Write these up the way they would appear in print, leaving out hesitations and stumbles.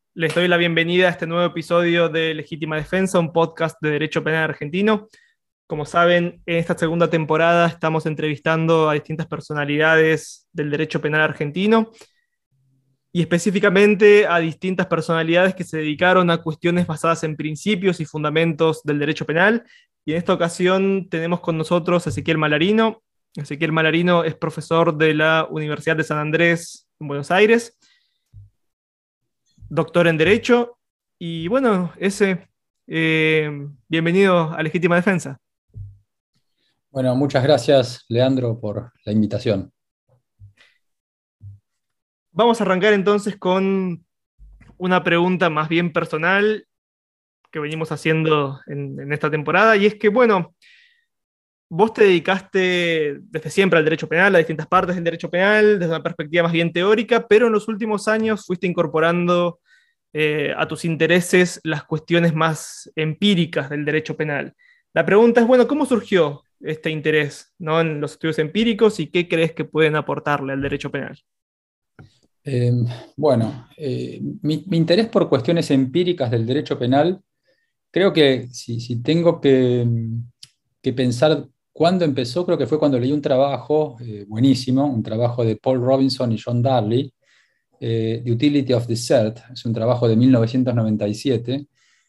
Les doy la bienvenida a este nuevo episodio de Legítima Defensa, un podcast de Derecho Penal argentino. Como saben, en esta segunda temporada estamos entrevistando a distintas personalidades del derecho penal argentino y específicamente a distintas personalidades que se dedicaron a cuestiones basadas en principios y fundamentos del derecho penal. Y en esta ocasión tenemos con nosotros a Ezequiel Malarino. Ezequiel Malarino es profesor de la Universidad de San Andrés en Buenos Aires, doctor en Derecho. Y bueno, bienvenido a Legítima Defensa. Bueno, muchas gracias, Leandro, por la invitación. Vamos a arrancar entonces con una pregunta más bien personal que venimos haciendo en esta temporada, y es que, bueno, vos te dedicaste desde siempre al derecho penal, a distintas partes del derecho penal, desde una perspectiva más bien teórica, pero en los últimos años fuiste incorporando a tus intereses las cuestiones más empíricas del derecho penal. La pregunta es, bueno, ¿cómo surgió este interés, ¿no?, en los estudios empíricos y qué crees que pueden aportarle al derecho penal? Eh, mi interés por cuestiones empíricas del derecho penal, creo que si tengo que pensar cuándo empezó, creo que fue cuando leí un trabajo buenísimo, un trabajo de Paul Robinson y John Darley, The Utility of the Cert, es un trabajo de 1997.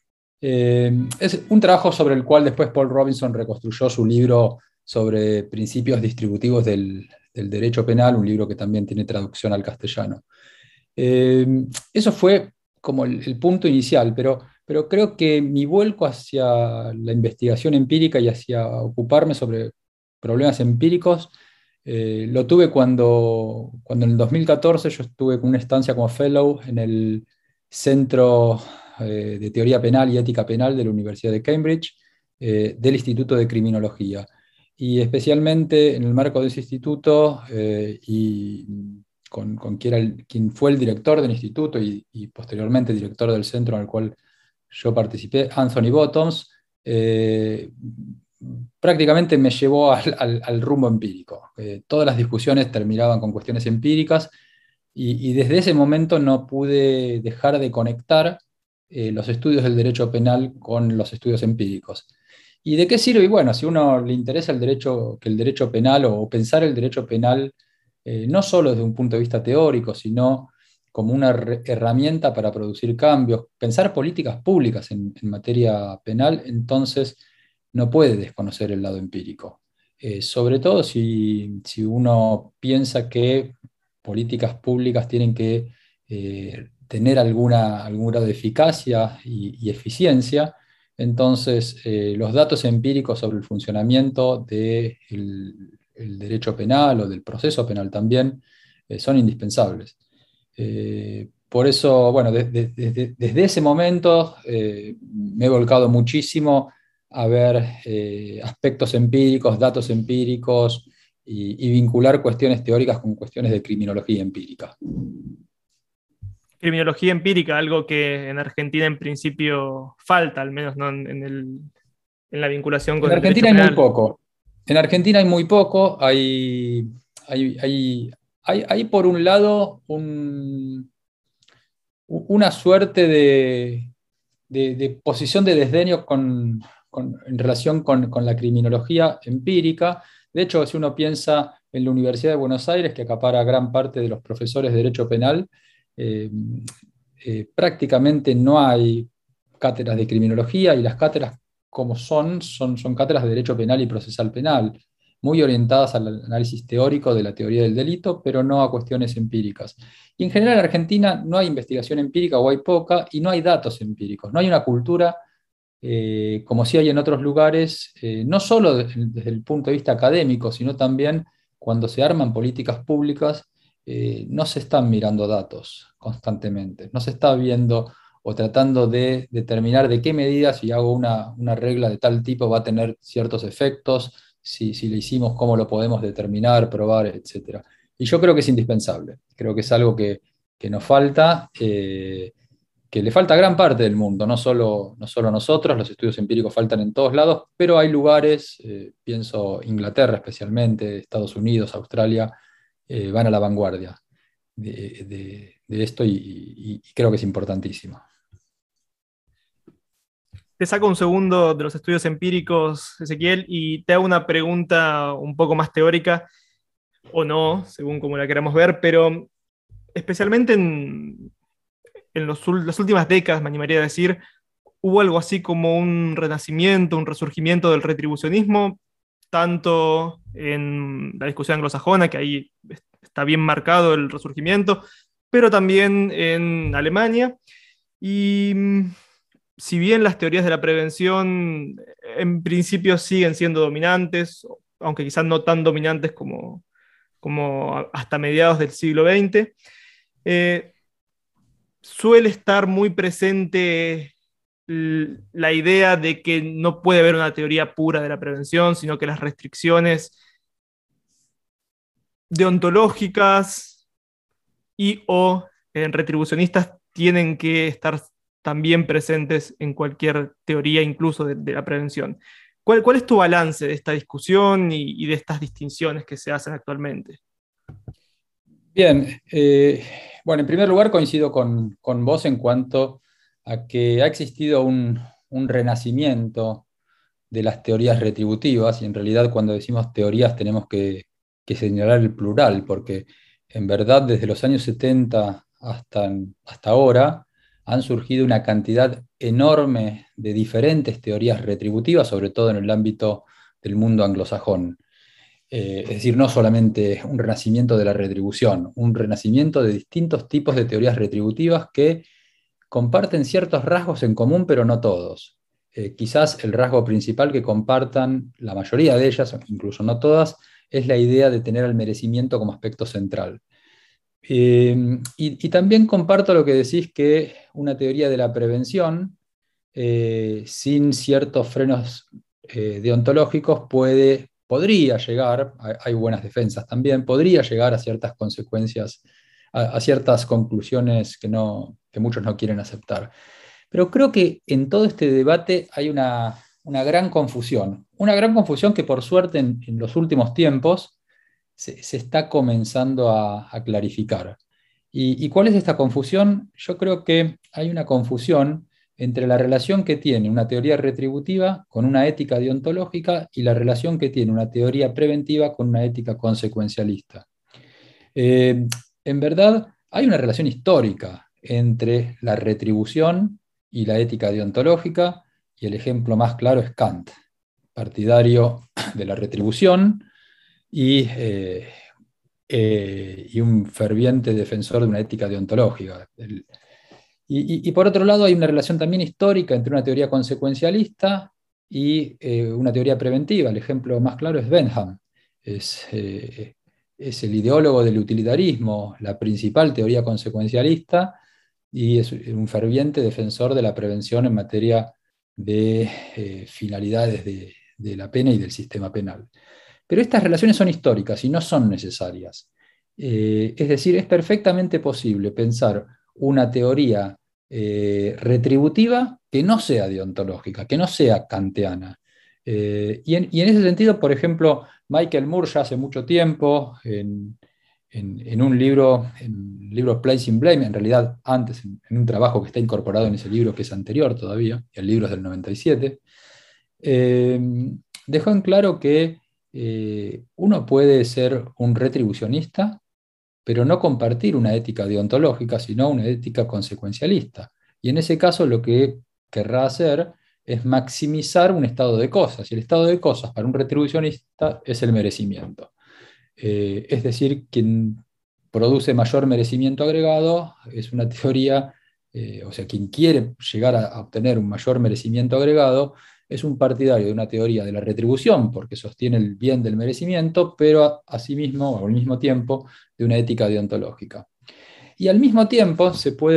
Es un trabajo sobre el cual después Paul Robinson reconstruyó su libro sobre principios distributivos del derecho penal, un libro que también tiene traducción al castellano. Eh, Eso fue como el punto inicial, pero creo que mi vuelco hacia la investigación empírica y hacia ocuparme sobre problemas empíricos lo tuve cuando en el 2014 yo estuve con una estancia como fellow en el Centro de Teoría Penal y Ética Penal de la Universidad de Cambridge, del Instituto de Criminología. Y especialmente en el marco de ese instituto y con quien fue el director del instituto y posteriormente director del centro en el cual yo participé, Anthony Bottoms, prácticamente me llevó al rumbo empírico. Todas las discusiones terminaban con cuestiones empíricas y desde ese momento no pude dejar de conectar los estudios del derecho penal con los estudios empíricos. ¿Y de qué sirve? Y bueno, si a uno le interesa el derecho, que el derecho penal o pensar el derecho penal no solo desde un punto de vista teórico, sino como una herramienta para producir cambios, pensar políticas públicas en materia penal, entonces no puede desconocer el lado empírico. Sobre todo si uno piensa que políticas públicas tienen que tener algún grado de eficacia y eficiencia, entonces los datos empíricos sobre el funcionamiento del el derecho penal o del proceso penal también son indispensables. Por eso, bueno, desde ese momento me he volcado muchísimo a ver aspectos empíricos, datos empíricos y vincular cuestiones teóricas con cuestiones de criminología empírica. Criminología empírica, algo que en Argentina en principio falta, al menos, ¿no?, en la vinculación con En el derecho Argentina hay muy penal. poco. En Argentina hay muy poco. Hay, hay, hay por un lado una suerte de posición de desdeño en relación con la criminología empírica. De hecho, si uno piensa en la Universidad de Buenos Aires, que acapara gran parte de los profesores de derecho penal, eh, prácticamente no hay cátedras de criminología y las cátedras como son cátedras de derecho penal y procesal penal, muy orientadas al análisis teórico de la teoría del delito, pero no a cuestiones empíricas. Y en general en Argentina no hay investigación empírica o hay poca y no hay datos empíricos, no hay una cultura como sí hay en otros lugares, no solo desde el punto de vista académico, sino también cuando se arman políticas públicas, no se están mirando datos constantemente, no se está viendo o tratando de determinar de qué medida si hago una regla de tal tipo va a tener ciertos efectos, si le hicimos, cómo lo podemos determinar, probar, etc. Y yo creo que es indispensable, creo que es algo que nos falta. Que le falta a gran parte del mundo, no solo a nosotros, los estudios empíricos faltan en todos lados, pero hay lugares, pienso Inglaterra especialmente, Estados Unidos, Australia, van a la vanguardia. de esto y creo que es importantísimo. Te saco un segundo de los estudios empíricos, Ezequiel, y te hago una pregunta un poco más teórica, o no, según como la queramos ver, pero especialmente en las últimas décadas, me animaría a decir, hubo algo así como un renacimiento, un resurgimiento del retribucionismo, tanto en la discusión anglosajona, que ahí está bien marcado el resurgimiento, pero también en Alemania. Y si bien las teorías de la prevención en principio siguen siendo dominantes, aunque quizás no tan dominantes como hasta mediados del siglo XX, eh, suele estar muy presente la idea de que no puede haber una teoría pura de la prevención, sino que las restricciones deontológicas y o retribucionistas tienen que estar también presentes en cualquier teoría, incluso de la prevención. ¿Cuál es tu balance de esta discusión y de estas distinciones que se hacen actualmente? Bien, bueno, en primer lugar coincido con vos en cuanto a que ha existido un renacimiento de las teorías retributivas, y en realidad cuando decimos teorías tenemos que señalar el plural, porque en verdad desde los años 70 hasta ahora han surgido una cantidad enorme de diferentes teorías retributivas, sobre todo en el ámbito del mundo anglosajón. Es decir, no solamente un renacimiento de la retribución, un renacimiento de distintos tipos de teorías retributivas que comparten ciertos rasgos en común, pero no todos. Quizás el rasgo principal que compartan la mayoría de ellas, incluso no todas, es la idea de tener el merecimiento como aspecto central. Y también comparto lo que decís, que una teoría de la prevención, sin ciertos frenos deontológicos, podría llegar, hay buenas defensas también, podría llegar a ciertas consecuencias, a ciertas conclusiones que muchos no quieren aceptar. Pero creo que en todo este debate hay una una gran confusión que por suerte en los últimos tiempos se está comenzando a clarificar. ¿Y cuál es esta confusión? Yo creo que hay una confusión entre la relación que tiene una teoría retributiva con una ética deontológica y la relación que tiene una teoría preventiva con una ética consecuencialista. Eh, en verdad, hay una relación histórica entre la retribución y la ética deontológica, y el ejemplo más claro es Kant, partidario de la retribución y un ferviente defensor de una ética deontológica. Y por otro lado, hay una relación también histórica entre una teoría consecuencialista y una teoría preventiva. El ejemplo más claro es Bentham. Es, eh, es el ideólogo del utilitarismo, la principal teoría consecuencialista, y es un ferviente defensor de la prevención en materia de finalidades de la pena y del sistema penal. Pero estas relaciones son históricas y no son necesarias. Es decir, es perfectamente posible pensar una teoría retributiva que no sea deontológica, que no sea kantiana. Y en ese sentido, por ejemplo, Michael Moore ya hace mucho tiempo, en un libro, en el libro Placing Blame, en realidad antes, en un trabajo que está incorporado en ese libro, que es anterior todavía, el libro es del 97, eh, dejó en claro que uno puede ser un retribucionista, pero no compartir una ética deontológica, sino una ética consecuencialista. Y en ese caso lo que querrá hacer es maximizar un estado de cosas. Y el estado de cosas para un retribucionista es el merecimiento. Es decir, quien produce mayor merecimiento agregado es una teoría, o sea, quien quiere llegar a obtener un mayor merecimiento agregado es un partidario de una teoría de la retribución, porque sostiene el bien del merecimiento, pero asimismo, o al mismo tiempo, de una ética deontológica. Y al mismo tiempo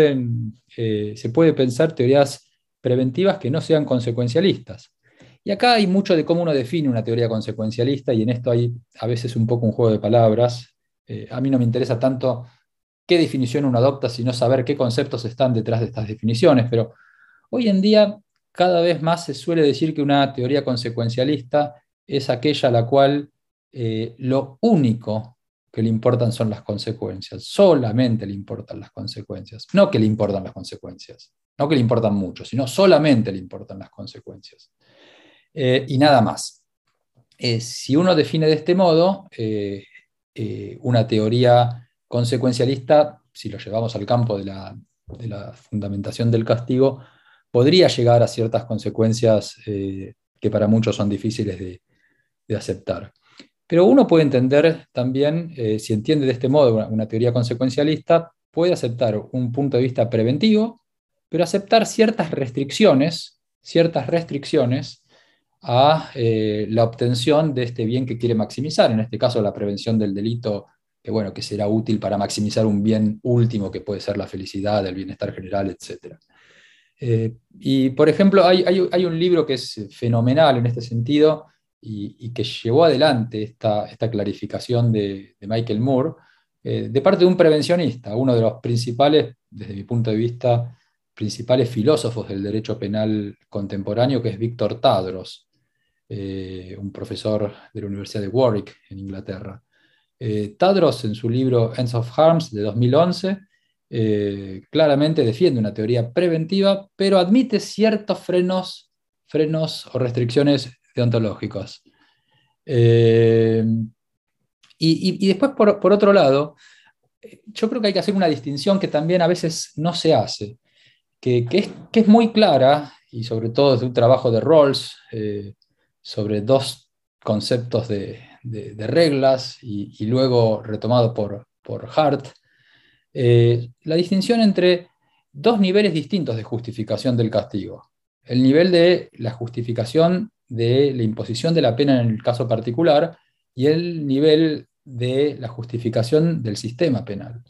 se puede pensar teorías preventivas que no sean consecuencialistas. Y acá hay mucho de cómo uno define una teoría consecuencialista, y en esto hay a veces un poco un juego de palabras. A mí no me interesa tanto qué definición uno adopta, sino saber qué conceptos están detrás de estas definiciones, pero hoy en día cada vez más se suele decir que una teoría consecuencialista es aquella a la cual lo único que le importan son las consecuencias, solamente le importan las consecuencias, no que le importan las consecuencias, no que le importan mucho, sino solamente le importan las consecuencias. Y nada más. Si uno define de este modo, una teoría consecuencialista, si lo llevamos al campo de la fundamentación del castigo, podría llegar a ciertas consecuencias que para muchos son difíciles de aceptar. Pero uno puede entender también, si entiende de este modo una teoría consecuencialista, puede aceptar un punto de vista preventivo, pero aceptar ciertas restricciones a la obtención de este bien que quiere maximizar, en este caso la prevención del delito, que, bueno, que será útil para maximizar un bien último que puede ser la felicidad, el bienestar general, etc. Y, por ejemplo, hay un libro que es fenomenal en este sentido y que llevó adelante esta clarificación de Michael Moore, de parte de un prevencionista, uno de los principales, desde mi punto de vista, principales filósofos del derecho penal contemporáneo, que es Víctor Tadros, un profesor de la Universidad de Warwick en Inglaterra. Tadros, en su libro Ends of Harms de 2011, claramente defiende una teoría preventiva, pero admite ciertos frenos o restricciones deontológicas. Y después, por otro lado, yo creo que hay que hacer una distinción que también a veces no se hace, que es muy clara, y sobre todo desde un trabajo de Rawls, sobre dos conceptos de reglas, y luego retomado por Hart, la distinción entre dos niveles distintos de justificación del castigo. El nivel de la justificación de la imposición de la pena en el caso particular y el nivel de la justificación del sistema penal.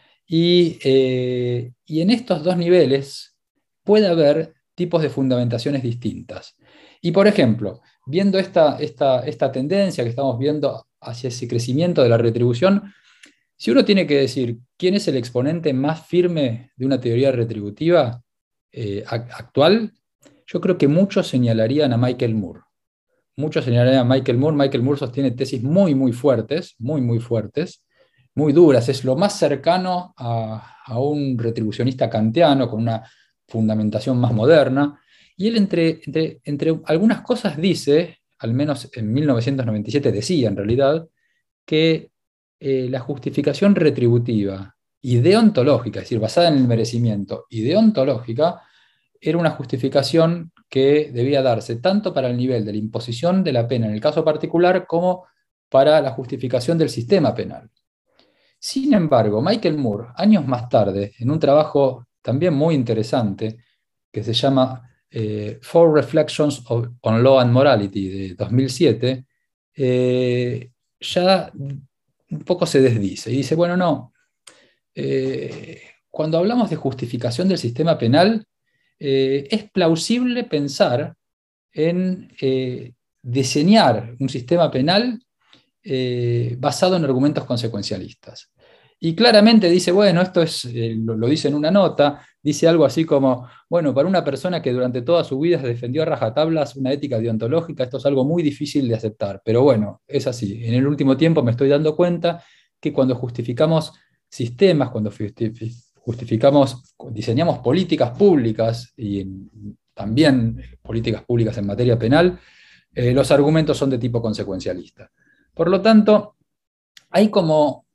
Y en estos dos niveles puede haber tipos de fundamentaciones distintas. Y, por ejemplo, viendo esta tendencia que estamos viendo hacia ese crecimiento de la retribución, si uno tiene que decir quién es el exponente más firme de una teoría retributiva actual, yo creo que muchos señalarían a Michael Moore. Muchos señalarían a Michael Moore. Michael Moore sostiene tesis muy fuertes, muy fuertes, muy duras. Es lo más cercano a un retribucionista kantiano con una fundamentación más moderna. Y él, entre algunas cosas, dice, al menos en 1997 decía en realidad, que la justificación retributiva y deontológica, es decir, basada en el merecimiento y deontológica, era una justificación que debía darse tanto para el nivel de la imposición de la pena en el caso particular como para la justificación del sistema penal. Sin embargo, Michael Moore, años más tarde, en un trabajo también muy interesante que se llama Four Reflections on Law and Morality de 2007, ya un poco se desdice y dice, bueno, no, cuando hablamos de justificación del sistema penal, es plausible pensar en diseñar un sistema penal basado en argumentos consecuencialistas. Y claramente dice, bueno, esto es, lo dice en una nota, dice algo así como, bueno, para una persona que durante toda su vida defendió a rajatablas una ética deontológica, esto es algo muy difícil de aceptar. Pero bueno, es así. En el último tiempo me estoy dando cuenta que cuando justificamos sistemas, cuando diseñamos políticas públicas y también políticas públicas en materia penal, los argumentos son de tipo consecuencialista. Por lo tanto, hay como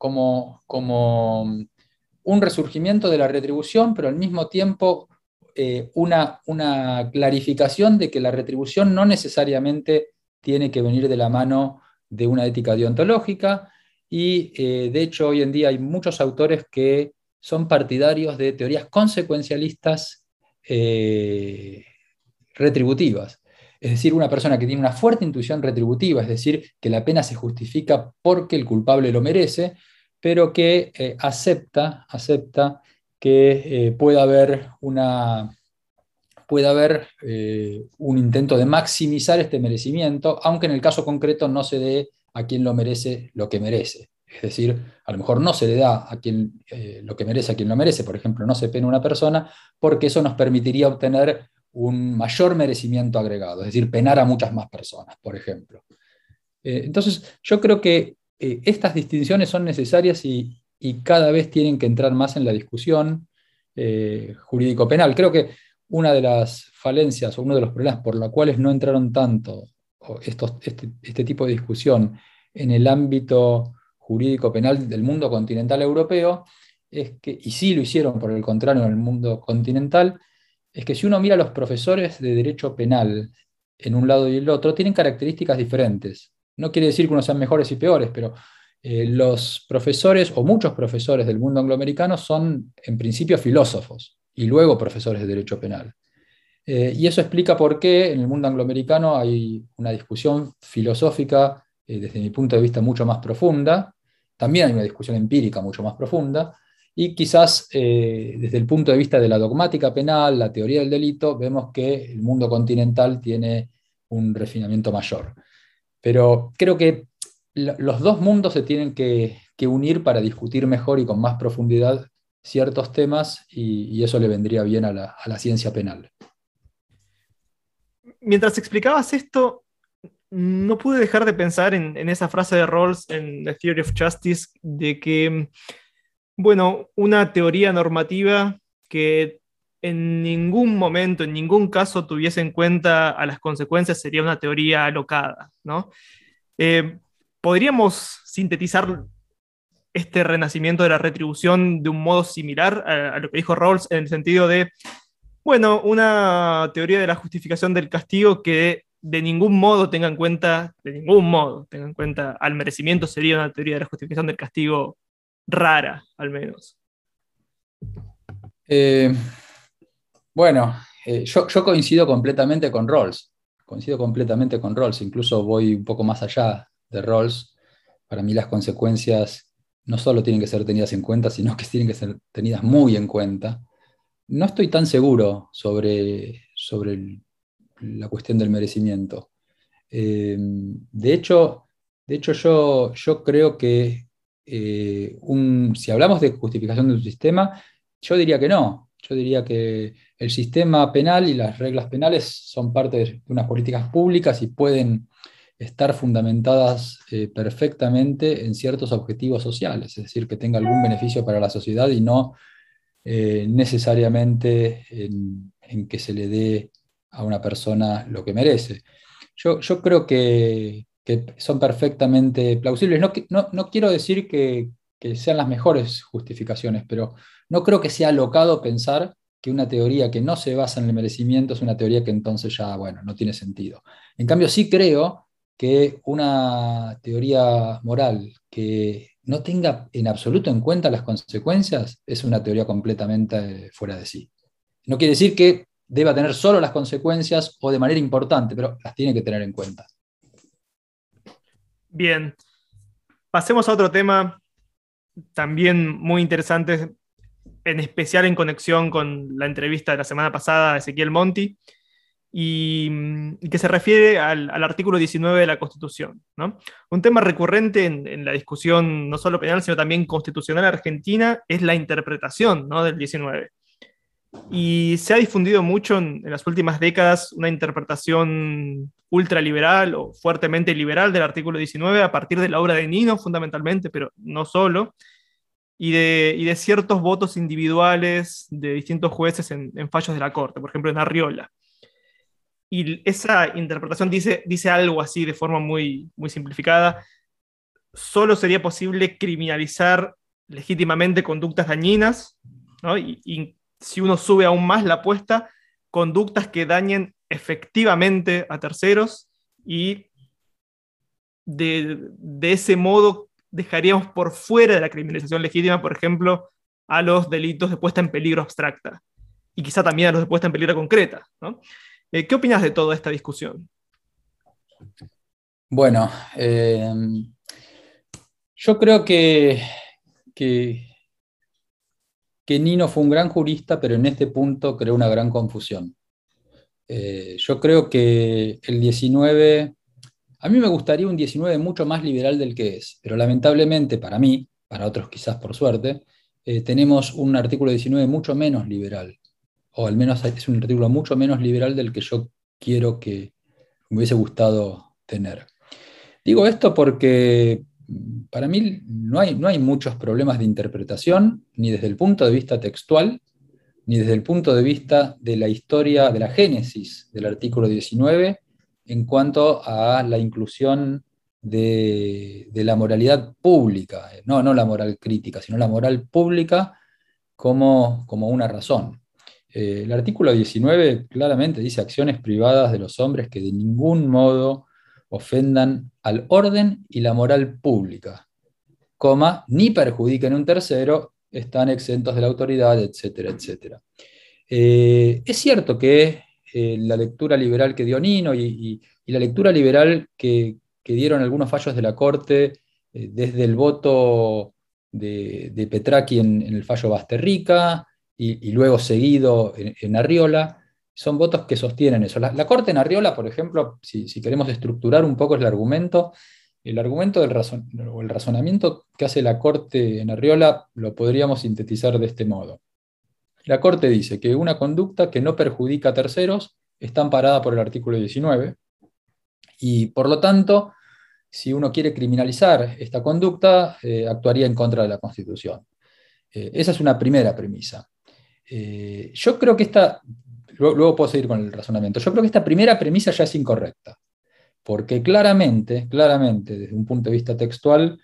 un resurgimiento de la retribución, pero al mismo tiempo una clarificación de que la retribución no necesariamente tiene que venir de la mano de una ética deontológica, y de hecho hoy en día hay muchos autores que son partidarios de teorías consecuencialistas retributivas. Es decir, una persona que tiene una fuerte intuición retributiva, es decir, que la pena se justifica porque el culpable lo merece, pero que acepta que pueda haber un intento de maximizar este merecimiento, aunque en el caso concreto no se dé a quien lo merece lo que merece. Es decir, a lo mejor no se le da a quien lo que merece a quien lo merece, por ejemplo, no se pena a una persona, porque eso nos permitiría obtener un mayor merecimiento agregado, es decir, penar a muchas más personas, por ejemplo. Entonces, yo creo que estas distinciones son necesarias y cada vez tienen que entrar más en la discusión jurídico-penal. Creo que una de las falencias o uno de los problemas por los cuales no entraron tanto este tipo de discusión en el ámbito jurídico-penal del mundo continental europeo es que, y sí lo hicieron por el contrario en el mundo continental, es que si uno mira a los profesores de derecho penal en un lado y el otro, tienen características diferentes. No quiere decir que unos sean mejores y peores, pero los profesores o muchos profesores del mundo angloamericano son en principio filósofos y luego profesores de derecho penal. Y eso explica por qué en el mundo angloamericano hay una discusión filosófica, desde mi punto de vista, mucho más profunda. También hay una discusión empírica mucho más profunda. Y quizás desde el punto de vista de la dogmática penal, la teoría del delito, vemos que el mundo continental tiene un refinamiento mayor. Pero creo que los dos mundos se tienen que unir para discutir mejor y con más profundidad ciertos temas, y eso le vendría bien a la ciencia penal. Mientras explicabas esto, no pude dejar de pensar en esa frase de Rawls en The Theory of Justice de que, bueno, una teoría normativa que en ningún momento, en ningún caso tuviese en cuenta a las consecuencias sería una teoría alocada, ¿no? Eh, ¿Podríamos sintetizar este renacimiento de la retribución de un modo similar a lo que dijo Rawls en el sentido de, bueno, una teoría de la justificación del castigo que de ningún modo tenga en cuenta, de ningún modo tenga en cuenta al merecimiento, sería una teoría de la justificación del castigo rara, al menos? Eh, bueno, yo coincido completamente con Rawls. Coincido completamente con Rawls. Incluso voy un poco más allá de Rawls. Para mí las consecuencias no solo tienen que ser tenidas en cuenta, sino que tienen que ser tenidas muy en cuenta. No estoy tan seguro sobre la cuestión del merecimiento. De hecho yo creo que si hablamos de justificación de un sistema, yo diría que no. Yo diría que el sistema penal y las reglas penales son parte de unas políticas públicas y pueden estar fundamentadas perfectamente en ciertos objetivos sociales, es decir, que tenga algún beneficio para la sociedad y no necesariamente en que se le dé a una persona lo que merece. Yo creo que son perfectamente plausibles. No quiero decir que sean las mejores justificaciones, pero no creo que sea alocado pensar que una teoría que no se basa en el merecimiento es una teoría que entonces ya, bueno, no tiene sentido. En cambio, sí creo que una teoría moral que no tenga en absoluto en cuenta las consecuencias es una teoría completamente fuera de sí. No quiere decir que deba tener solo las consecuencias o de manera importante, pero las tiene que tener en cuenta. Bien, pasemos a otro tema también muy interesante, en especial en conexión con la entrevista de la semana pasada de Ezequiel Monti, y que se refiere al artículo 19 de la Constitución, ¿no? Un tema recurrente en la discusión no solo penal, sino también constitucional argentina es la interpretación, ¿no?, del 19. Y se ha difundido mucho en las últimas décadas una interpretación ultraliberal o fuertemente liberal del artículo 19 a partir de la obra de Nino fundamentalmente, pero no solo, y de ciertos votos individuales de distintos jueces en fallos de la Corte, por ejemplo en Arriola. Y esa interpretación dice algo así de forma muy, muy simplificada: solo sería posible criminalizar legítimamente conductas dañinas, ¿no? Y si uno sube aún más la apuesta, conductas que dañen efectivamente a terceros, y de ese modo dejaríamos por fuera de la criminalización legítima, por ejemplo, a los delitos de puesta en peligro abstracta y quizá también a los de puesta en peligro concreta, ¿no? ¿Qué opinas de toda esta discusión? Bueno, yo creo que, que Nino fue un gran jurista, pero en este punto creó una gran confusión. Yo creo que el 19, a mí me gustaría un 19 mucho más liberal del que es, pero lamentablemente para mí, para otros quizás por suerte, tenemos un artículo 19 mucho menos liberal, o al menos es un artículo mucho menos liberal del que yo quiero que me hubiese gustado tener. Digo esto porque para mí no hay muchos problemas de interpretación, ni desde el punto de vista textual, ni desde el punto de vista de la historia, de la génesis del artículo 19, en cuanto a la inclusión de la moralidad pública, no la moral crítica, sino la moral pública como una razón. El artículo 19 claramente dice acciones privadas de los hombres que de ningún modo ofendan al orden y la moral pública, ni perjudiquen a un tercero, están exentos de la autoridad, etcétera, etcétera. Es cierto que la lectura liberal que dio Nino y la lectura liberal que dieron algunos fallos de la Corte, desde el voto de Petracchi en el fallo Basterrica y luego seguido en Arriola, son votos que sostienen eso. La Corte en Arriola, por ejemplo, si queremos estructurar un poco el argumento o el razonamiento que hace la Corte en Arriola lo podríamos sintetizar de este modo. La Corte dice que una conducta que no perjudica a terceros está amparada por el artículo 19 y, por lo tanto, si uno quiere criminalizar esta conducta, actuaría en contra de la Constitución. Esa es una primera premisa. Yo creo que luego puedo seguir con el razonamiento, yo creo que esta primera premisa ya es incorrecta, porque claramente, desde un punto de vista textual,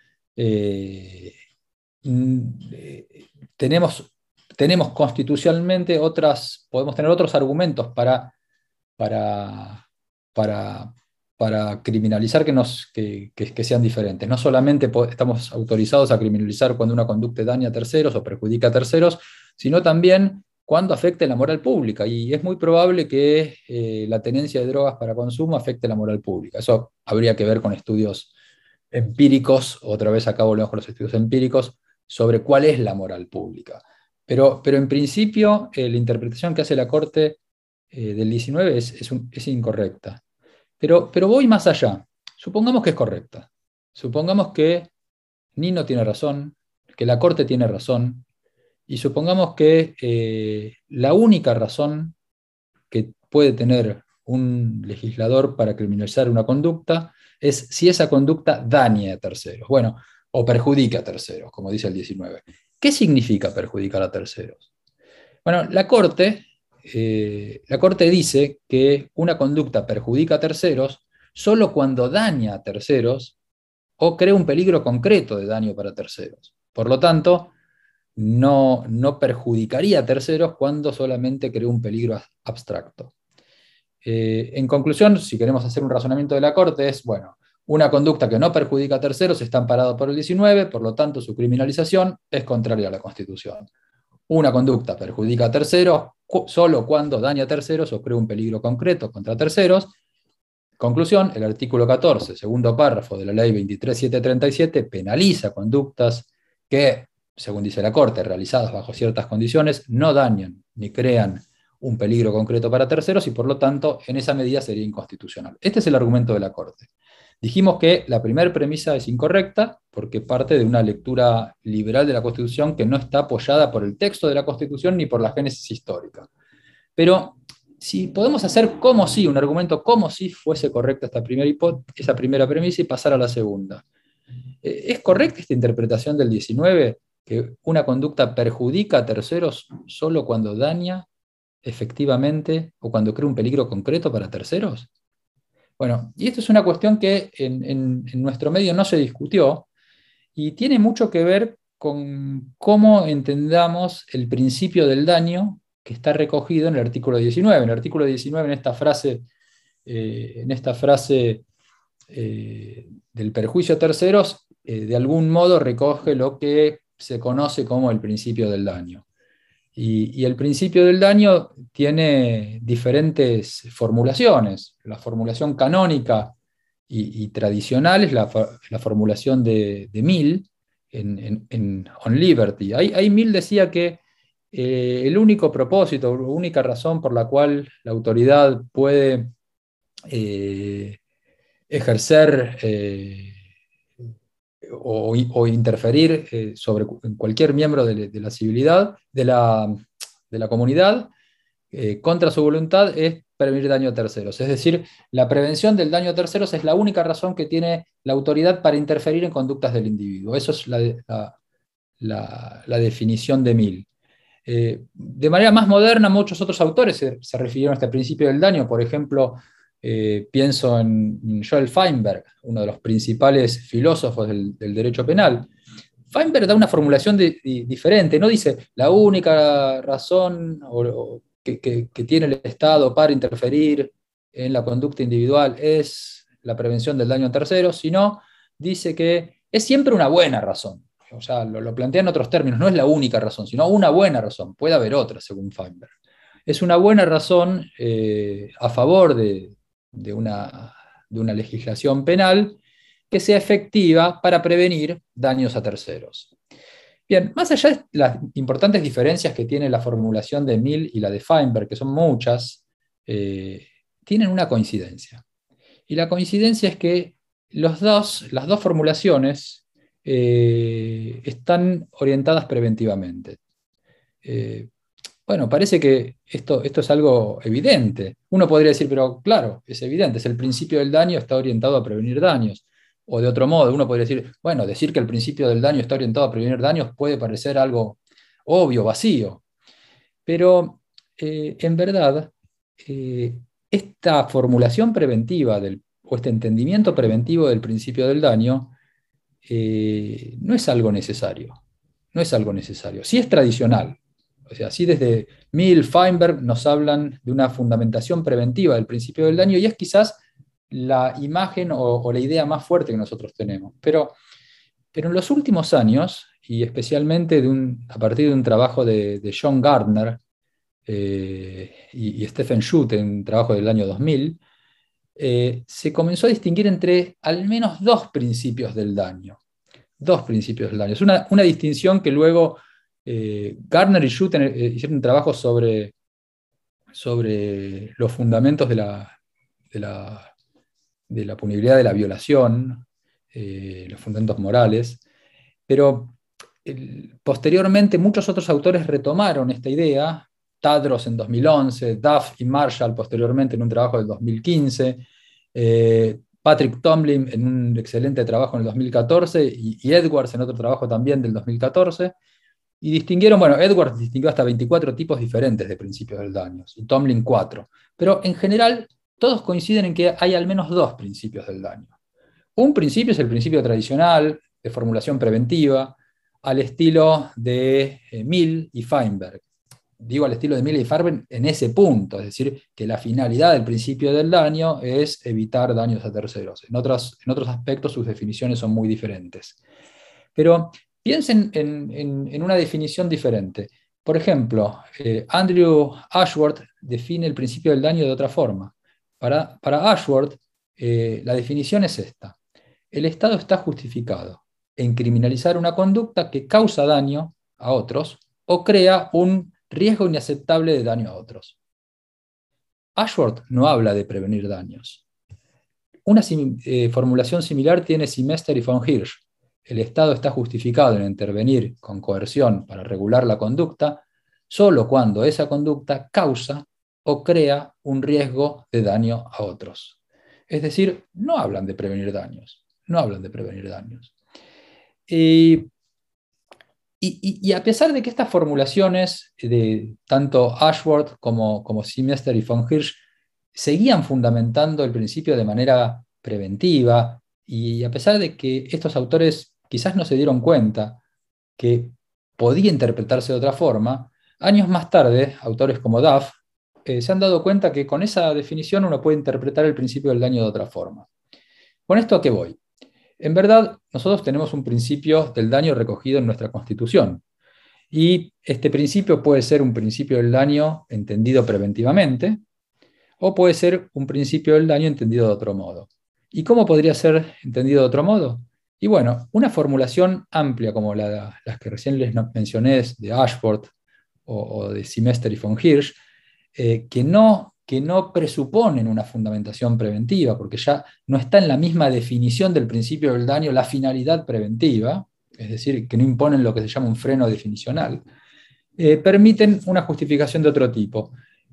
tenemos constitucionalmente podemos tener otros argumentos para, para criminalizar que sean diferentes. No solamente estamos autorizados a criminalizar cuando una conducta daña a terceros o perjudica a terceros, sino también cuando afecte la moral pública. Y es muy probable que la tenencia de drogas para consumo afecte la moral pública. Eso habría que ver con estudios empíricos, otra vez acá volvemos con los estudios empíricos, sobre cuál es la moral pública. Pero en principio, la interpretación que hace la Corte del 19 es incorrecta. Pero voy más allá. Supongamos que es correcta. Supongamos que Nino tiene razón, que la Corte tiene razón, y supongamos que la única razón que puede tener un legislador para criminalizar una conducta es si esa conducta daña a terceros, bueno, o perjudica a terceros, como dice el 19. ¿Qué significa perjudicar a terceros? Bueno, la Corte dice que una conducta perjudica a terceros solo cuando daña a terceros o crea un peligro concreto de daño para terceros. Por lo tanto, no perjudicaría a terceros cuando solamente crea un peligro abstracto. En conclusión, si queremos hacer un razonamiento de la Corte, es, bueno, una conducta que no perjudica a terceros está amparada por el 19, por lo tanto su criminalización es contraria a la Constitución. Una conducta perjudica a terceros solo cuando daña a terceros o crea un peligro concreto contra terceros. Conclusión, el artículo 14, segundo párrafo de la ley 23.737 penaliza conductas que, según dice la Corte, realizadas bajo ciertas condiciones, no dañan ni crean un peligro concreto para terceros y, por lo tanto, en esa medida sería inconstitucional. Este es el argumento de la Corte. Dijimos que la primera premisa es incorrecta porque parte de una lectura liberal de la Constitución que no está apoyada por el texto de la Constitución ni por la génesis histórica. Pero si podemos hacer un argumento como si fuese correcta esa primera premisa y pasar a la segunda. ¿Es correcta esta interpretación del 19, que una conducta perjudica a terceros solo cuando daña efectivamente o cuando crea un peligro concreto para terceros? Bueno, y esto es una cuestión que en nuestro medio no se discutió y tiene mucho que ver con cómo entendamos el principio del daño que está recogido en el artículo 19. En el artículo 19, en esta frase del perjuicio a terceros, de algún modo recoge lo que se conoce como el principio del daño. Y el principio del daño tiene diferentes formulaciones. La formulación canónica y tradicional es la formulación de Mill en On Liberty. Ahí Mill decía que el único propósito, la única razón por la cual la autoridad puede ejercer o interferir sobre cualquier miembro de la civilidad, de la comunidad, contra su voluntad, es prevenir daño a terceros. Es decir, la prevención del daño a terceros es la única razón que tiene la autoridad para interferir en conductas del individuo. Eso es la definición de Mill. De manera más moderna, muchos otros autores se refirieron a este principio del daño. Por ejemplo, pienso en Joel Feinberg, uno de los principales filósofos del derecho penal. Feinberg da una formulación diferente, no dice la única razón que tiene el Estado para interferir en la conducta individual es la prevención del daño a terceros, sino dice que es siempre una buena razón. O sea, lo plantea en otros términos, no es la única razón, sino una buena razón. Puede haber otra, según Feinberg. Es una buena razón a favor de una legislación penal que sea efectiva para prevenir daños a terceros. Bien, más allá de las importantes diferencias que tiene la formulación de Mill y la de Feinberg, que son muchas, tienen una coincidencia. Y la coincidencia es que las dos formulaciones están orientadas preventivamente. Bueno, parece que esto es algo evidente. Uno podría decir, pero claro, es evidente, es el principio del daño, está orientado a prevenir daños. O de otro modo, uno podría decir, bueno, decir que el principio del daño está orientado a prevenir daños puede parecer algo obvio, vacío. Pero en verdad, esta formulación preventiva o este entendimiento preventivo del principio del daño no es algo necesario. No es algo necesario. Sí es tradicional. O sea, sí desde Mill, Feinberg nos hablan de una fundamentación preventiva del principio del daño y es quizás la imagen o la idea más fuerte que nosotros tenemos. Pero en los últimos años, y especialmente a partir de un trabajo de John Gardner y Stephen Schutz, en un trabajo del año 2000, se comenzó a distinguir entre al menos dos principios del daño. Dos principios del daño. Es una distinción que luego Gardner y Schutz hicieron un trabajo sobre los fundamentos de la punibilidad de la violación, los fundamentos morales, pero posteriormente muchos otros autores retomaron esta idea, Tadros en 2011, Duff y Marshall posteriormente en un trabajo del 2015, Patrick Tomlin en un excelente trabajo en el 2014 y Edwards en otro trabajo también del 2014, y distinguieron, bueno, Edwards distinguió hasta 24 tipos diferentes de principios del daño, y Tomlin 4, pero en general todos coinciden en que hay al menos dos principios del daño. Un principio es el principio tradicional de formulación preventiva, al estilo de Mill y Feinberg. Digo al estilo de Mill y Feinberg en ese punto, es decir, que la finalidad del principio del daño es evitar daños a terceros. En otros aspectos sus definiciones son muy diferentes. Pero piensen en una definición diferente. Por ejemplo, Andrew Ashworth define el principio del daño de otra forma. Para Ashworth, la definición es esta. El Estado está justificado en criminalizar una conducta que causa daño a otros o crea un riesgo inaceptable de daño a otros. Ashworth no habla de prevenir daños. Una formulación similar tiene Semester y von Hirsch. El Estado está justificado en intervenir con coerción para regular la conducta solo cuando esa conducta causa o crea un riesgo de daño a otros. Es decir, no hablan de prevenir daños. No hablan de prevenir daños. Y a pesar de que estas formulaciones de tanto Ashworth como Semester y von Hirsch seguían fundamentando el principio de manera preventiva, y a pesar de que estos autores quizás no se dieron cuenta que podía interpretarse de otra forma, años más tarde, autores como Duff se han dado cuenta que con esa definición uno puede interpretar el principio del daño de otra forma. ¿Con esto a qué voy? En verdad, nosotros tenemos un principio del daño recogido en nuestra Constitución. Y este principio puede ser un principio del daño entendido preventivamente, o puede ser un principio del daño entendido de otro modo. ¿Y cómo podría ser entendido de otro modo? Y bueno, una formulación amplia como las que recién les mencioné de Ashworth o de Semester y von Hirsch, que no presuponen una fundamentación preventiva, porque ya no está en la misma definición del principio del daño la finalidad preventiva, es decir, que no imponen lo que se llama un freno definicional, permiten una justificación de otro tipo.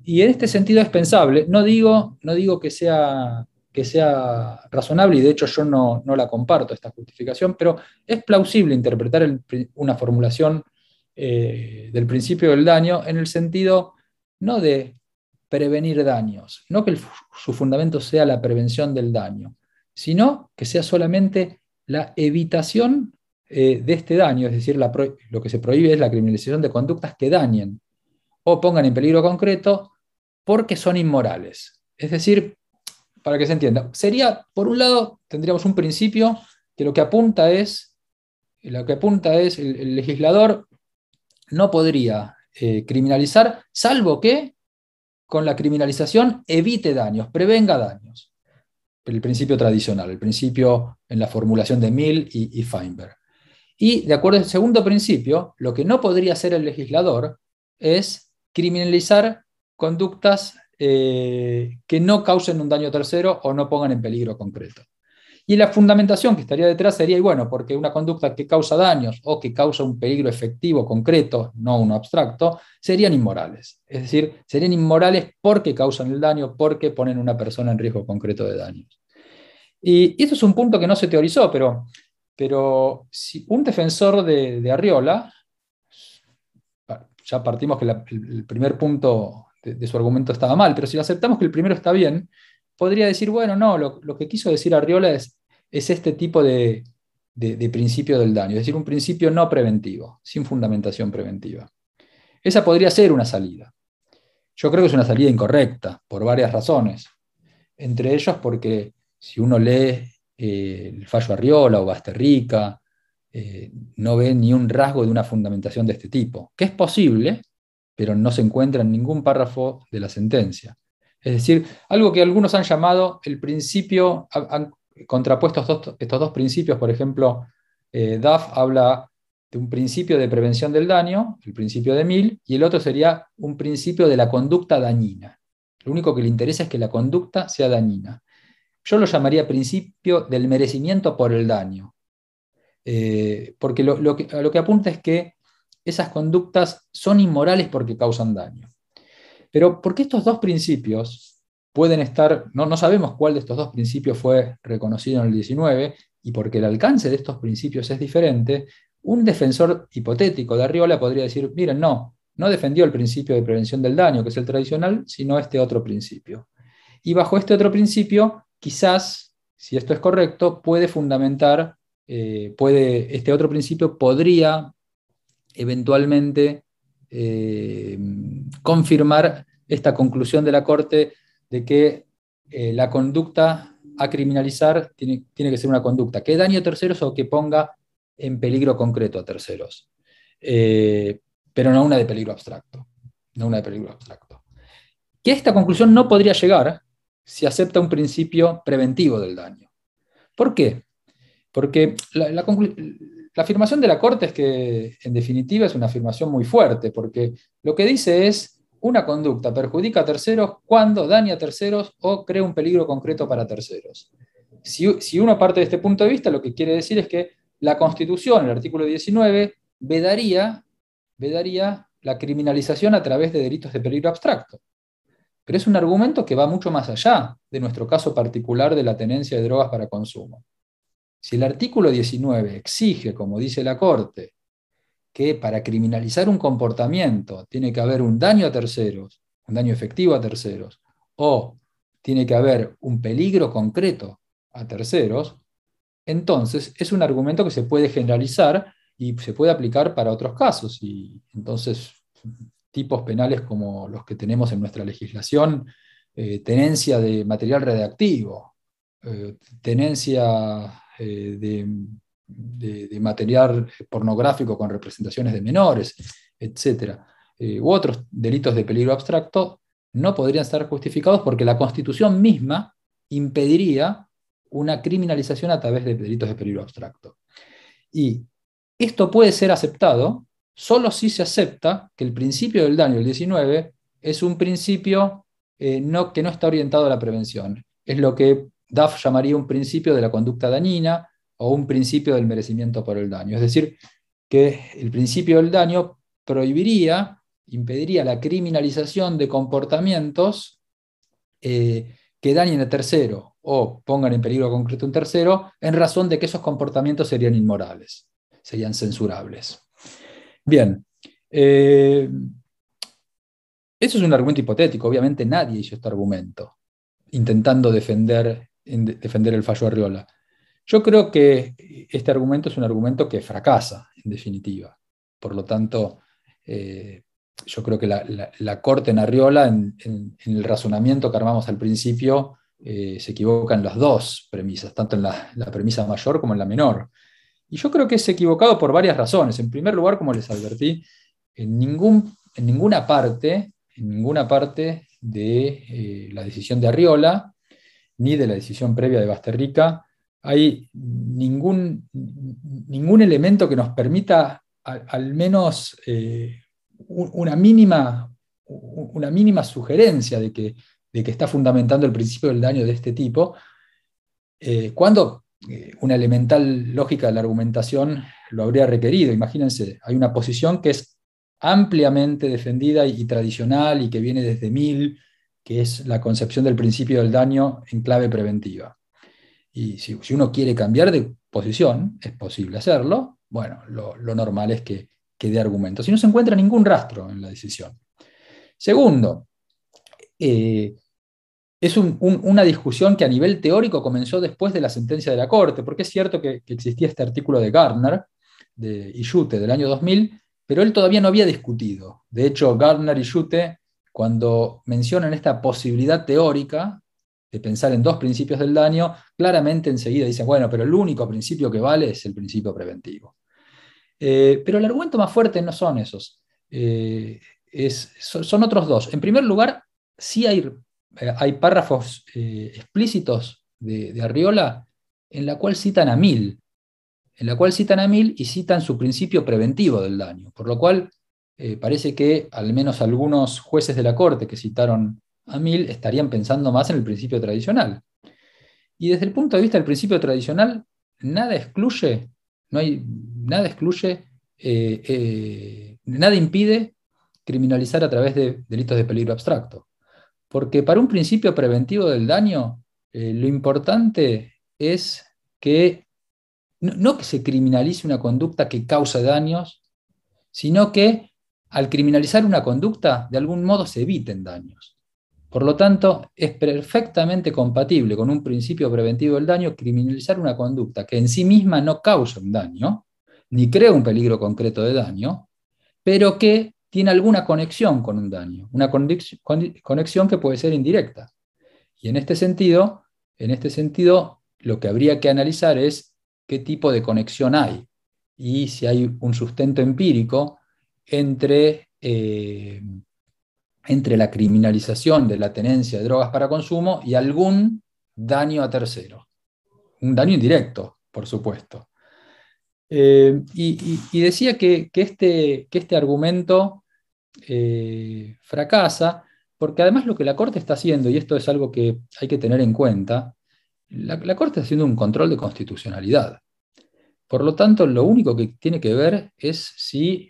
Y en este sentido es pensable, no digo que sea razonable, y de hecho yo no la comparto esta justificación, pero es plausible interpretar una formulación del principio del daño en el sentido no de prevenir daños, no que su fundamento sea la prevención del daño, sino que sea solamente la evitación de este daño, es decir, lo que se prohíbe es la criminalización de conductas que dañen o pongan en peligro concreto porque son inmorales. Es decir, para que se entienda, sería, por un lado, tendríamos un principio que lo que apunta es el legislador no podría criminalizar, salvo que con la criminalización evite daños, prevenga daños. El principio tradicional, el principio en la formulación de Mill y Feinberg. Y de acuerdo al segundo principio, lo que no podría hacer el legislador es criminalizar conductas que no causen un daño tercero o no pongan en peligro concreto. Y la fundamentación que estaría detrás sería, y bueno, porque una conducta que causa daños o que causa un peligro efectivo concreto, no uno abstracto, serían inmorales. Es decir, serían inmorales porque causan el daño, porque ponen a una persona en riesgo concreto de daños. Y esto es un punto que no se teorizó, pero si un defensor de Arriola, ya partimos que el primer punto de su argumento estaba mal, pero si aceptamos que el primero está bien, podría decir, bueno, no, lo que quiso decir Arriola es este tipo de principio del daño, es decir, un principio no preventivo, sin fundamentación preventiva. Esa podría ser una salida. Yo creo que es una salida incorrecta, por varias razones. Entre ellos porque si uno lee el fallo Arriola o Basterrica, no ve ni un rasgo de una fundamentación de este tipo, que es posible, pero no se encuentra en ningún párrafo de la sentencia. Es decir, algo que algunos han llamado el principio, han contrapuesto estos dos principios, por ejemplo, Duff habla de un principio de prevención del daño, el principio de Mill, y el otro sería un principio de la conducta dañina. Lo único que le interesa es que la conducta sea dañina. Yo lo llamaría principio del merecimiento por el daño, porque a lo que apunta es que esas conductas son inmorales porque causan daño. Pero ¿por qué estos dos principios pueden estar, no sabemos cuál de estos dos principios fue reconocido en el 19, y porque el alcance de estos principios es diferente, un defensor hipotético de Arriola podría decir, miren, no defendió el principio de prevención del daño, que es el tradicional, sino este otro principio. Y bajo este otro principio, quizás, si esto es correcto, puede fundamentar, este otro principio podría eventualmente confirmar esta conclusión de la Corte de que la conducta a criminalizar tiene que ser una conducta que dañe a terceros o que ponga en peligro concreto a terceros, pero no una de peligro abstracto. No una de peligro abstracto. Que esta conclusión no podría llegar si acepta un principio preventivo del daño. ¿Por qué? Porque la afirmación de la Corte es que, en definitiva, es una afirmación muy fuerte, porque lo que dice es una conducta perjudica a terceros cuando daña a terceros o crea un peligro concreto para terceros. Si uno parte de este punto de vista, lo que quiere decir es que la Constitución, el artículo 19, vedaría la criminalización a través de delitos de peligro abstracto. Pero es un argumento que va mucho más allá de nuestro caso particular de la tenencia de drogas para consumo. Si el artículo 19 exige, como dice la Corte, que para criminalizar un comportamiento tiene que haber un daño a terceros, un daño efectivo a terceros, o tiene que haber un peligro concreto a terceros, entonces es un argumento que se puede generalizar y se puede aplicar para otros casos. Y entonces tipos penales como los que tenemos en nuestra legislación, tenencia de material radiactivo, tenencia de material pornográfico con representaciones de menores, etcétera, u otros delitos de peligro abstracto, no podrían estar justificados porque la Constitución misma impediría una criminalización a través de delitos de peligro abstracto. Y esto puede ser aceptado solo si se acepta que el principio del daño del 19 es un principio que no está orientado a la prevención. Es lo que Duff llamaría un principio de la conducta dañina o un principio del merecimiento por el daño. Es decir, que el principio del daño prohibiría impediría la criminalización de comportamientos que dañen a tercero o pongan en peligro concreto a un tercero en razón de que esos comportamientos serían inmorales, serían censurables. Bien, eso es un argumento hipotético, obviamente nadie hizo este argumento, intentando defender el fallo Arriola. Yo creo que este argumento es un argumento que fracasa, en definitiva. Por lo tanto, yo creo que la Corte en Arriola, en el razonamiento que armamos al principio, se equivoca en las dos premisas, tanto en la premisa mayor como en la menor. Y yo creo que es equivocado por varias razones. En primer lugar, como les advertí, en ninguna parte de la decisión de Arriola, ni de la decisión previa de Basterrica, hay ningún elemento que nos permita al menos una mínima sugerencia de que está fundamentando el principio del daño de este tipo, cuando una elemental lógica de la argumentación lo habría requerido. Imagínense, hay una posición que es ampliamente defendida y tradicional y que viene desde Mill, que es la concepción del principio del daño en clave preventiva. Y si uno quiere cambiar de posición, es posible hacerlo. Bueno, lo normal es que dé argumentos. Y no se encuentra ningún rastro en la decisión. Segundo, es una discusión que a nivel teórico comenzó después de la sentencia de la Corte, porque es cierto que existía este artículo de Gardner, de Ixute, del año 2000, pero él todavía no había discutido. De hecho, Gardner y Ixute, cuando mencionan esta posibilidad teórica de pensar en dos principios del daño, claramente enseguida dicen, bueno, pero el único principio que vale es el principio preventivo. Pero el argumento más fuerte no son esos. Son otros dos. En primer lugar, sí hay párrafos explícitos de Arriola en la cual citan a Mill, y citan su principio preventivo del daño, por lo cual parece que al menos algunos jueces de la Corte que citaron a Mill estarían pensando más en el principio tradicional. Y desde el punto de vista del principio tradicional, nada excluye, nada impide criminalizar a través de delitos de peligro abstracto. Porque para un principio preventivo del daño, lo importante es que no que se criminalice una conducta que causa daños, sino que al criminalizar una conducta, de algún modo se eviten daños. Por lo tanto, es perfectamente compatible con un principio preventivo del daño criminalizar una conducta que en sí misma no causa un daño, ni crea un peligro concreto de daño, pero que tiene alguna conexión con un daño, una conexión que puede ser indirecta. Y en este sentido, lo que habría que analizar es qué tipo de conexión hay y si hay un sustento empírico entre la criminalización de la tenencia de drogas para consumo y algún daño a terceros. Un daño indirecto, por supuesto. Y decía que este argumento fracasa, porque además lo que la Corte está haciendo, y esto es algo que hay que tener en cuenta, la Corte está haciendo un control de constitucionalidad. Por lo tanto, lo único que tiene que ver es si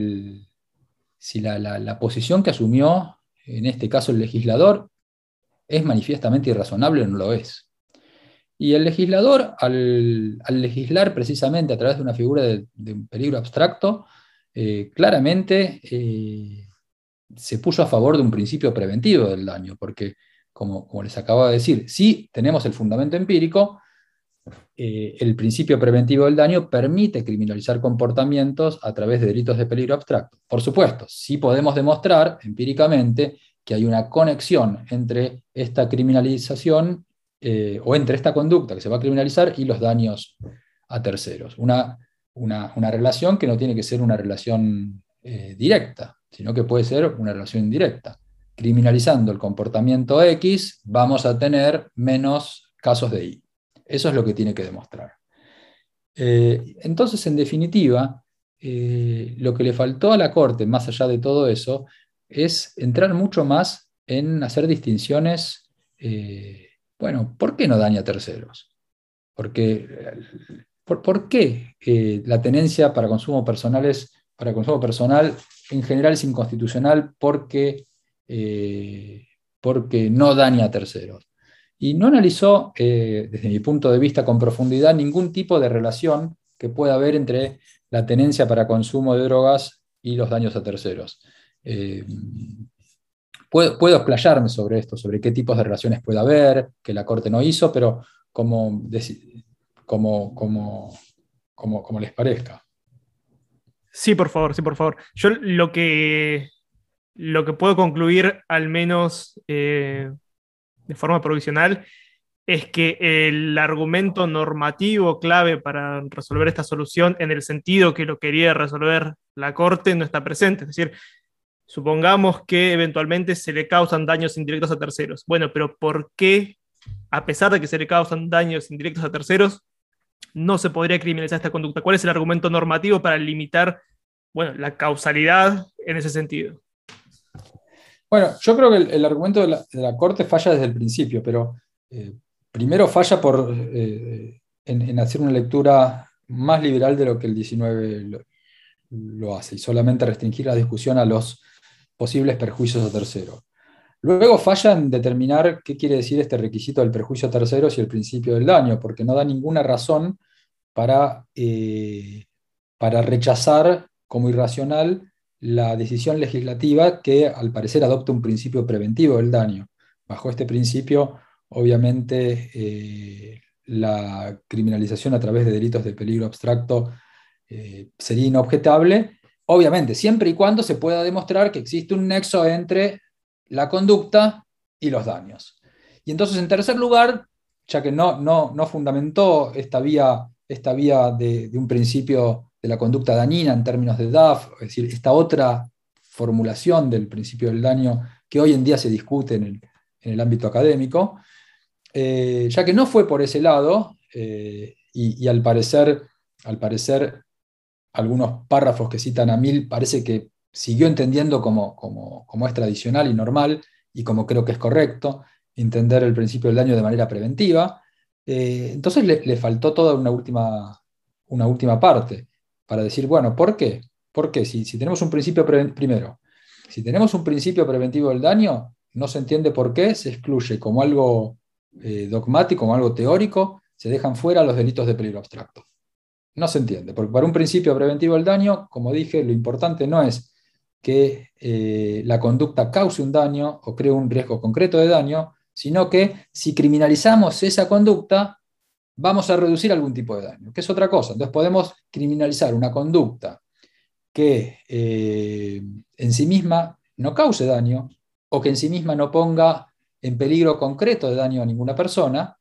la posición que asumió, en este caso el legislador, es manifiestamente irrazonable o no lo es. Y el legislador, al legislar precisamente a través de una figura de un peligro abstracto, claramente se puso a favor de un principio preventivo del daño, porque, como les acabo de decir, si tenemos el fundamento empírico, el principio preventivo del daño permite criminalizar comportamientos a través de delitos de peligro abstracto. Por supuesto, sí podemos demostrar empíricamente que hay una conexión entre esta criminalización o entre esta conducta que se va a criminalizar y los daños a terceros. Una relación que no tiene que ser una relación directa, sino que puede ser una relación indirecta. Criminalizando el comportamiento X, vamos a tener menos casos de Y. Eso es lo que tiene que demostrar. Entonces, en definitiva, lo que le faltó a la Corte, más allá de todo eso, es entrar mucho más en hacer distinciones. Bueno, ¿por qué no daña a terceros? Porque, ¿por qué la tenencia para consumo personal es para consumo personal en general es inconstitucional porque no daña a terceros. Y no analizó, desde mi punto de vista, con profundidad ningún tipo de relación que pueda haber entre la tenencia para consumo de drogas y los daños a terceros. Eh, puedo explayarme sobre esto, sobre qué tipos de relaciones puede haber, que la Corte no hizo, pero como, como, como, como les parezca. Sí, por favor, sí, por favor. Yo lo que puedo concluir, al menos de forma provisional, es que el argumento normativo clave para resolver esta solución, en el sentido que lo quería resolver la Corte, no está presente. Es decir, supongamos que eventualmente se le causan daños indirectos a terceros. Bueno, pero ¿por qué, a pesar de que se le causan daños indirectos a terceros, no se podría criminalizar esta conducta? ¿Cuál es el argumento normativo para limitar, bueno, la causalidad en ese sentido? Bueno, yo creo que el argumento de la Corte falla desde el principio, pero primero falla en hacer una lectura más liberal de lo que el 19 lo hace, y solamente restringir la discusión a los posibles perjuicios a terceros. Luego falla en determinar qué quiere decir este requisito del perjuicio a terceros y el principio del daño, porque no da ninguna razón para, para rechazar como irracional la decisión legislativa que al parecer adopta un principio preventivo del daño. Bajo este principio, obviamente, la criminalización a través de delitos de peligro abstracto sería inobjetable, obviamente, siempre y cuando se pueda demostrar que existe un nexo entre la conducta y los daños. Y entonces, en tercer lugar, ya que no fundamentó esta vía de un principio de la conducta dañina en términos de DAF, es decir, esta otra formulación del principio del daño que hoy en día se discute en el ámbito académico, ya que no fue por ese lado, y al parecer algunos párrafos que citan a Mill parece que siguió entendiendo como es tradicional y normal, y como creo que es correcto, entender el principio del daño de manera preventiva. Entonces le faltó toda una última parte para decir, bueno, ¿por qué? ¿Por qué? Si tenemos un principio primero, si tenemos un principio preventivo del daño, no se entiende por qué se excluye como algo dogmático, como algo teórico, se dejan fuera los delitos de peligro abstracto. No se entiende, porque para un principio preventivo del daño, como dije, lo importante no es que la conducta cause un daño o cree un riesgo concreto de daño, sino que si criminalizamos esa conducta, vamos a reducir algún tipo de daño, que es otra cosa. Entonces podemos criminalizar una conducta que en sí misma no cause daño, o que en sí misma no ponga en peligro concreto de daño a ninguna persona,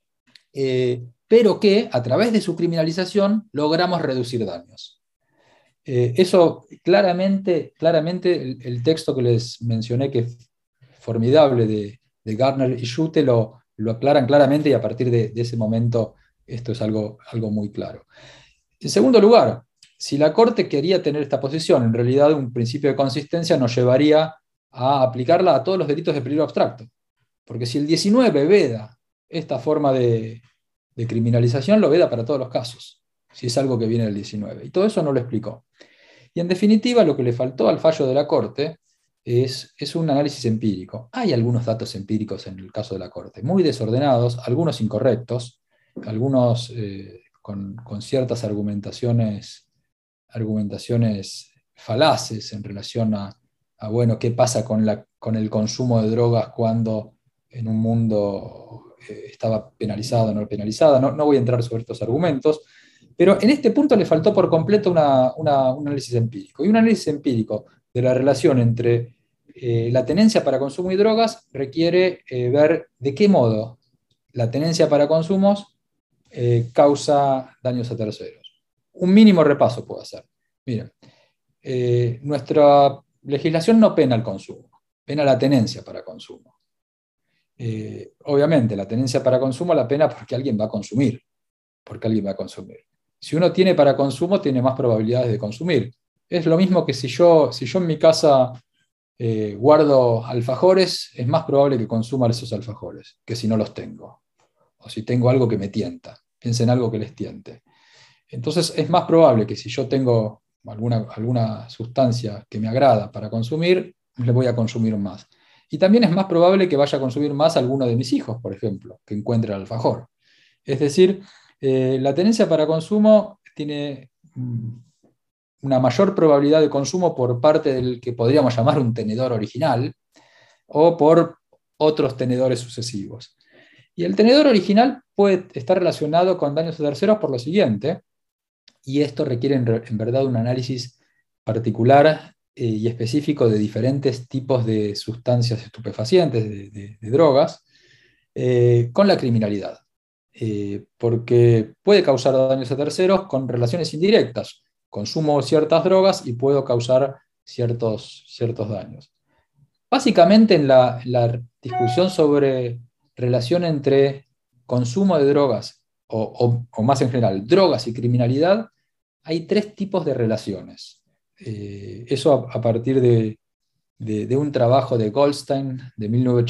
pero que a través de su criminalización logramos reducir daños. Eso claramente el texto que les mencioné, que es formidable, de Gardner y Schutte, lo aclaran claramente, y a partir de ese momento esto es algo muy claro. En segundo lugar, si la Corte quería tener esta posición, en realidad un principio de consistencia nos llevaría a aplicarla a todos los delitos de peligro abstracto. Porque si el 19 veda esta forma de criminalización, lo veda para todos los casos, si es algo que viene del 19. Y todo eso no lo explicó. Y en definitiva, lo que le faltó al fallo de la Corte es un análisis empírico. Hay algunos datos empíricos en el caso de la Corte, muy desordenados, algunos incorrectos, algunos con ciertas argumentaciones falaces en relación bueno, qué pasa con el consumo de drogas cuando en un mundo estaba penalizado o no penalizada. No voy a entrar sobre estos argumentos, pero en este punto le faltó por completo un análisis empírico. Y un análisis empírico de la relación entre la tenencia para consumo y drogas requiere ver de qué modo la tenencia para consumos causa daños a terceros. Un mínimo repaso puedo hacer. Miren, nuestra legislación no pena el consumo, pena la tenencia para consumo. Obviamente, la tenencia para consumo la pena porque alguien va a consumir, Si uno tiene para consumo, tiene más probabilidades de consumir. Es lo mismo que si yo en mi casa guardo alfajores, es más probable que consuma esos alfajores que si no los tengo. O si tengo algo que me tienta. Piensen en algo que les tiente. Entonces es más probable que si yo tengo alguna sustancia que me agrada para consumir, le voy a consumir más. Y también es más probable que vaya a consumir más alguno de mis hijos, por ejemplo, que encuentre el alfajor. Es decir, la tenencia para consumo tiene una mayor probabilidad de consumo por parte del que podríamos llamar un tenedor original o por otros tenedores sucesivos. Y el tenedor original puede estar relacionado con daños a terceros por lo siguiente, y esto requiere en verdad un análisis particular y específico de diferentes tipos de sustancias estupefacientes, de drogas, con la criminalidad. Porque puede causar daños a terceros con relaciones indirectas. Consumo ciertas drogas y puedo causar ciertos daños. Básicamente en la discusión sobre relación entre consumo de drogas, o más en general, drogas y criminalidad, hay tres tipos de relaciones. Eso a partir de un trabajo de Goldstein de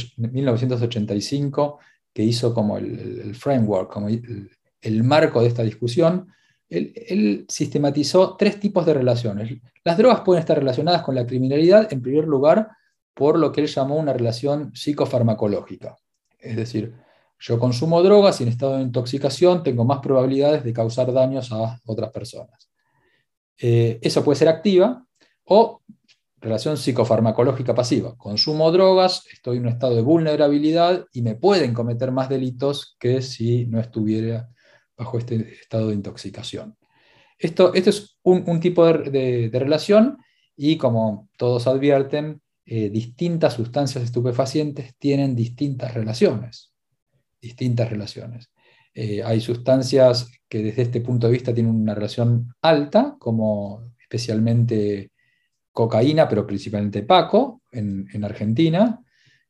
1985, que hizo como el framework, como el marco de esta discusión. Él sistematizó tres tipos de relaciones. Las drogas pueden estar relacionadas con la criminalidad, en primer lugar, por lo que él llamó una relación psicofarmacológica. Es decir, yo consumo drogas y en estado de intoxicación tengo más probabilidades de causar daños a otras personas. Eso puede ser activa o relación psicofarmacológica pasiva. Consumo drogas, estoy en un estado de vulnerabilidad y me pueden cometer más delitos que si no estuviera bajo este estado de intoxicación. Esto es un tipo de relación, y como todos advierten, distintas sustancias estupefacientes tienen distintas relaciones. Distintas relaciones. Hay sustancias que desde este punto de vista tienen una relación alta, como especialmente cocaína, pero principalmente Paco, en Argentina,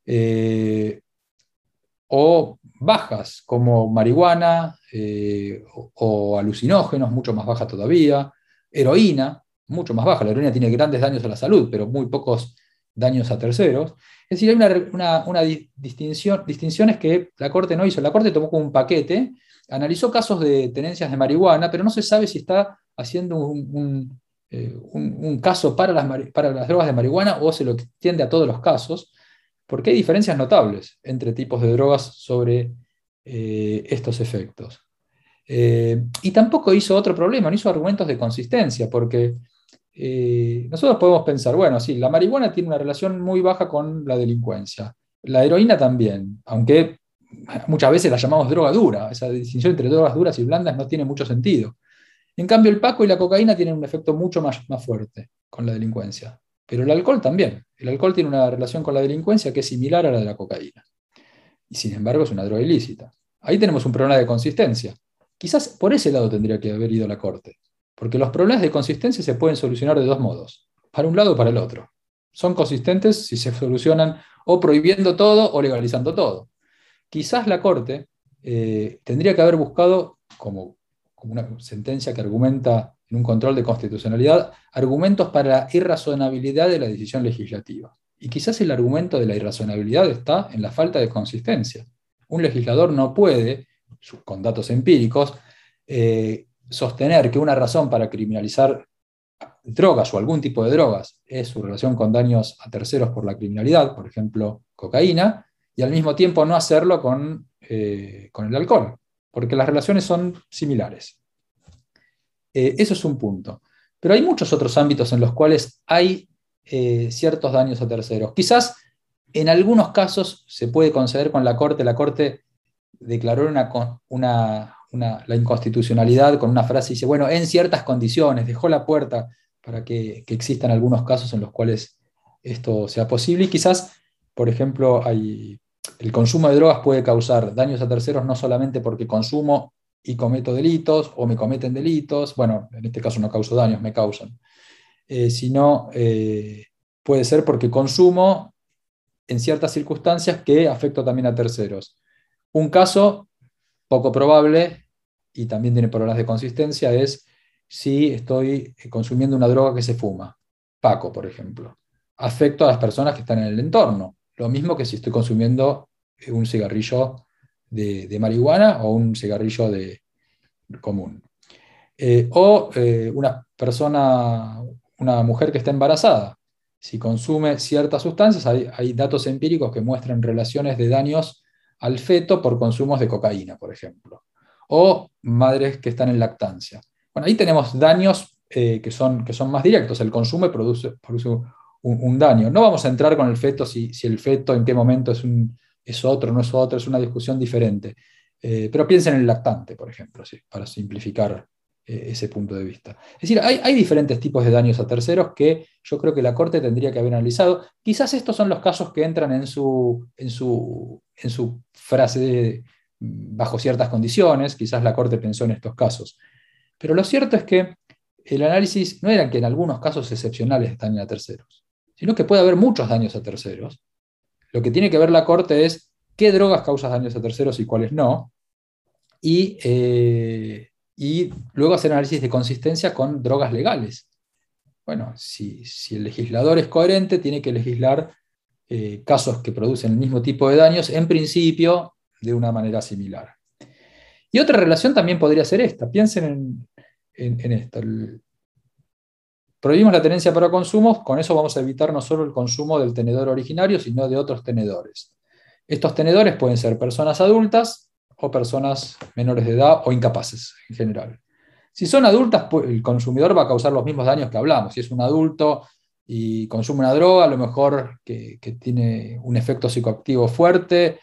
o bajas, como marihuana, o alucinógenos, mucho más baja todavía, heroína, mucho más baja. La heroína tiene grandes daños a la salud, pero muy pocos daños a terceros. Es decir, hay una distinciones que la Corte no hizo. La Corte tomó como un paquete, analizó casos de tenencias de marihuana, pero no se sabe si está haciendo un caso para las drogas de marihuana o se lo extiende a todos los casos, porque hay diferencias notables entre tipos de drogas sobre estos efectos. Y tampoco hizo otro problema, no hizo argumentos de consistencia, porque nosotros podemos pensar, bueno, sí, la marihuana tiene una relación muy baja con la delincuencia, la heroína también, aunque muchas veces la llamamos droga dura, esa distinción entre drogas duras y blandas no tiene mucho sentido. En cambio, el Paco y la cocaína tienen un efecto mucho más fuerte con la delincuencia. Pero el alcohol también. El alcohol tiene una relación con la delincuencia que es similar a la de la cocaína. Y sin embargo es una droga ilícita. Ahí tenemos un problema de consistencia. Quizás por ese lado tendría que haber ido la Corte. Porque los problemas de consistencia se pueden solucionar de dos modos. Para un lado o para el otro. Son consistentes si se solucionan o prohibiendo todo o legalizando todo. Quizás la Corte tendría que haber buscado, como una sentencia que argumenta en un control de constitucionalidad, argumentos para la irrazonabilidad de la decisión legislativa. Y quizás el argumento de la irrazonabilidad está en la falta de consistencia. Un legislador no puede, con datos empíricos, sostener que una razón para criminalizar drogas o algún tipo de drogas es su relación con daños a terceros por la criminalidad, por ejemplo, cocaína, y al mismo tiempo no hacerlo con el alcohol, porque las relaciones son similares. Eso es un punto. Pero hay muchos otros ámbitos en los cuales hay ciertos daños a terceros. Quizás en algunos casos se puede conceder con la Corte. La Corte declaró la inconstitucionalidad con una frase, dice, bueno, en ciertas condiciones, dejó la puerta para que existan algunos casos en los cuales esto sea posible. Y quizás, por ejemplo, el consumo de drogas puede causar daños a terceros no solamente porque consumo y cometo delitos, o me cometen delitos, bueno, en este caso no causo daños, me causan, sino puede ser porque consumo en ciertas circunstancias que afecto también a terceros. Un caso poco probable, y también tiene problemas de consistencia, es si estoy consumiendo una droga que se fuma, Paco, por ejemplo. Afecto a las personas que están en el entorno, lo mismo que si estoy consumiendo un cigarrillo de marihuana o un cigarrillo común. Una persona, una mujer que está embarazada, si consume ciertas sustancias, hay datos empíricos que muestran relaciones de daños al feto por consumos de cocaína, por ejemplo. O madres que están en lactancia. Bueno, ahí tenemos daños que son más directos. El consumo produce un daño. No vamos a entrar con el feto si el feto en qué momento es otro, no es otro, es una discusión diferente. Pero piensen en el lactante, por ejemplo, ¿sí? Para simplificar ese punto de vista. Es decir, hay diferentes tipos de daños a terceros que yo creo que la Corte tendría que haber analizado. Quizás estos son los casos que entran en su frase bajo ciertas condiciones, quizás la Corte pensó en estos casos. Pero lo cierto es que el análisis no era que en algunos casos excepcionales dañen a terceros, sino que puede haber muchos daños a terceros. Lo que tiene que ver la Corte es qué drogas causan daños a terceros y cuáles no, y luego hacer análisis de consistencia con drogas legales. Bueno, si el legislador es coherente, tiene que legislar casos que producen el mismo tipo de daños, en principio, de una manera similar. Y otra relación también podría ser esta. Piensen en esto. Prohibimos la tenencia para consumos, con eso vamos a evitar no solo el consumo del tenedor originario, sino de otros tenedores. Estos tenedores pueden ser personas adultas o personas menores de edad o incapaces en general. Si son adultas, el consumidor va a causar los mismos daños que hablamos. Si es un adulto y consume una droga, a lo mejor que tiene un efecto psicoactivo fuerte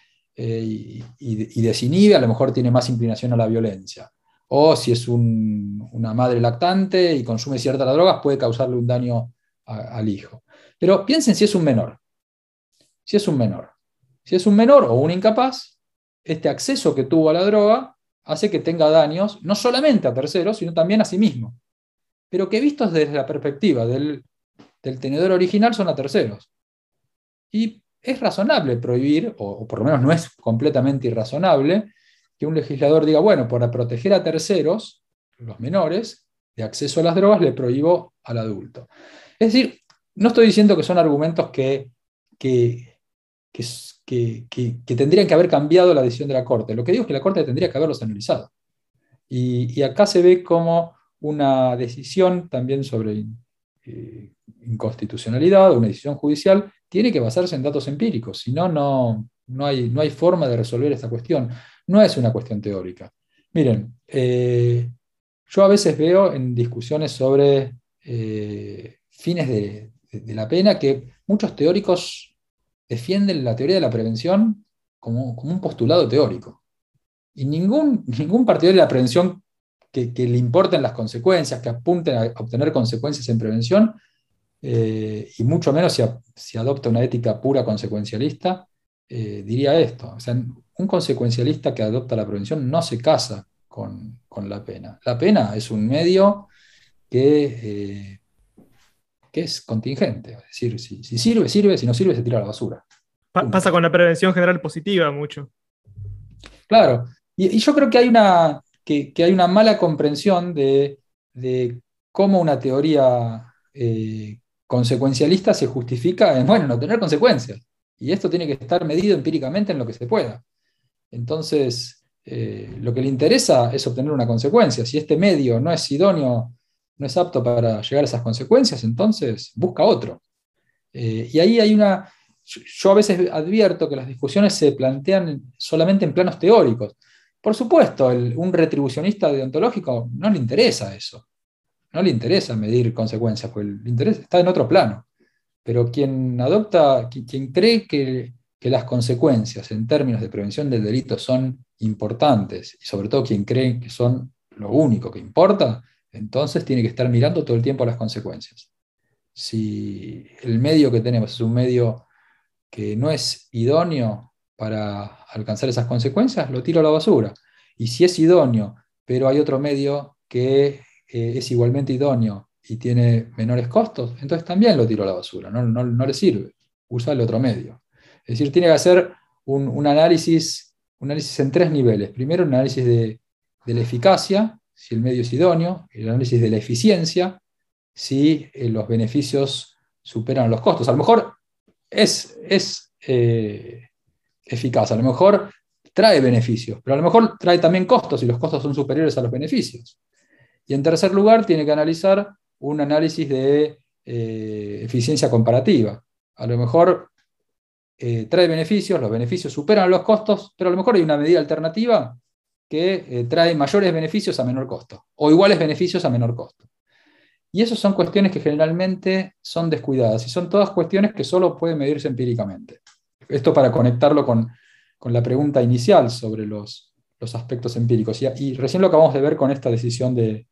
y desinhibe, a lo mejor tiene más inclinación a la violencia. O si es una madre lactante y consume ciertas drogas, puede causarle un daño al hijo. Pero piensen si es un menor. Si es un menor. Si es un menor o un incapaz, este acceso que tuvo a la droga hace que tenga daños no solamente a terceros, sino también a sí mismo. Pero que vistos desde la perspectiva del tenedor original son a terceros. Y es razonable prohibir, o por lo menos no es completamente irrazonable, que un legislador diga, bueno, para proteger a terceros, los menores, de acceso a las drogas, le prohíbo al adulto. Es decir, no estoy diciendo que son argumentos que tendrían que haber cambiado la decisión de la Corte. Lo que digo es que la Corte tendría que haberlos analizado. Y acá se ve como una decisión también sobre inconstitucionalidad o una decisión judicial tiene que basarse en datos empíricos, si no, no hay forma de resolver esta cuestión. No es una cuestión teórica. Miren, yo a veces veo en discusiones sobre fines de la pena que muchos teóricos defienden la teoría de la prevención como un postulado teórico. Y ningún partidario de la prevención que le importen las consecuencias, que apunten a obtener consecuencias en prevención, y mucho menos si adopta una ética pura consecuencialista, diría esto. O sea, un consecuencialista que adopta la prevención no se casa con la pena. La pena es un medio que es contingente. Es decir, si sirve, sirve, si no sirve, se tira a la basura. Pasa Punto. con la prevención general positiva mucho. Claro. Y yo creo que hay una mala comprensión de cómo una teoría consecuencialista se justifica en, bueno, no tener consecuencias. Y esto tiene que estar medido empíricamente en lo que se pueda. Entonces, lo que le interesa es obtener una consecuencia. Si este medio no es idóneo, no es apto para llegar a esas consecuencias, entonces busca otro. Y ahí yo a veces advierto que las discusiones se plantean solamente en planos teóricos. Por supuesto, un retribucionista deontológico no le interesa eso. No le interesa medir consecuencias, porque el interés está en otro plano. Pero quien cree que las consecuencias en términos de prevención del delito son importantes, y sobre todo quien cree que son lo único que importa, entonces tiene que estar mirando todo el tiempo las consecuencias. Si el medio que tenemos es un medio que no es idóneo para alcanzar esas consecuencias, lo tiro a la basura. Y si es idóneo, pero hay otro medio que es igualmente idóneo y tiene menores costos, entonces también lo tiro a la basura, no le sirve, usa el otro medio. Es decir, tiene que hacer un análisis en tres niveles. Primero, un análisis de la eficacia, si el medio es idóneo, el análisis de la eficiencia, si los beneficios superan los costos. A lo mejor es eficaz, a lo mejor trae beneficios, pero a lo mejor trae también costos y los costos son superiores a los beneficios. Y en tercer lugar, tiene que analizar un análisis de eficiencia comparativa. A lo mejor trae beneficios, los beneficios superan los costos, pero a lo mejor hay una medida alternativa que trae mayores beneficios a menor costo, o iguales beneficios a menor costo. Y esas son cuestiones que generalmente son descuidadas, y son todas cuestiones que solo pueden medirse empíricamente. Esto para conectarlo con la pregunta inicial sobre los aspectos empíricos. Y recién lo acabamos de ver con esta decisión de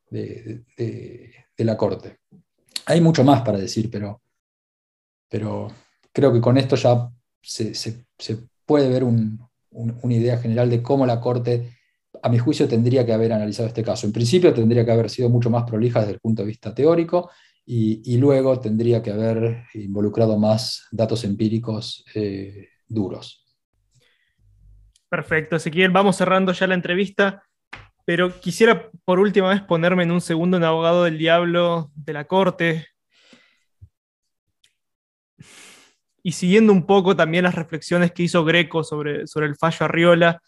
la Corte. Hay mucho más para decir, pero creo que con esto ya se puede ver una idea general de cómo la Corte, a mi juicio, tendría que haber analizado este caso. En principio tendría que haber sido mucho más prolija desde el punto de vista teórico, y luego tendría que haber involucrado más datos empíricos duros. Perfecto, Ezequiel, vamos cerrando ya la entrevista, pero quisiera por última vez ponerme en un segundo en abogado del diablo de la Corte y siguiendo un poco también las reflexiones que hizo Greco sobre el fallo Arriola.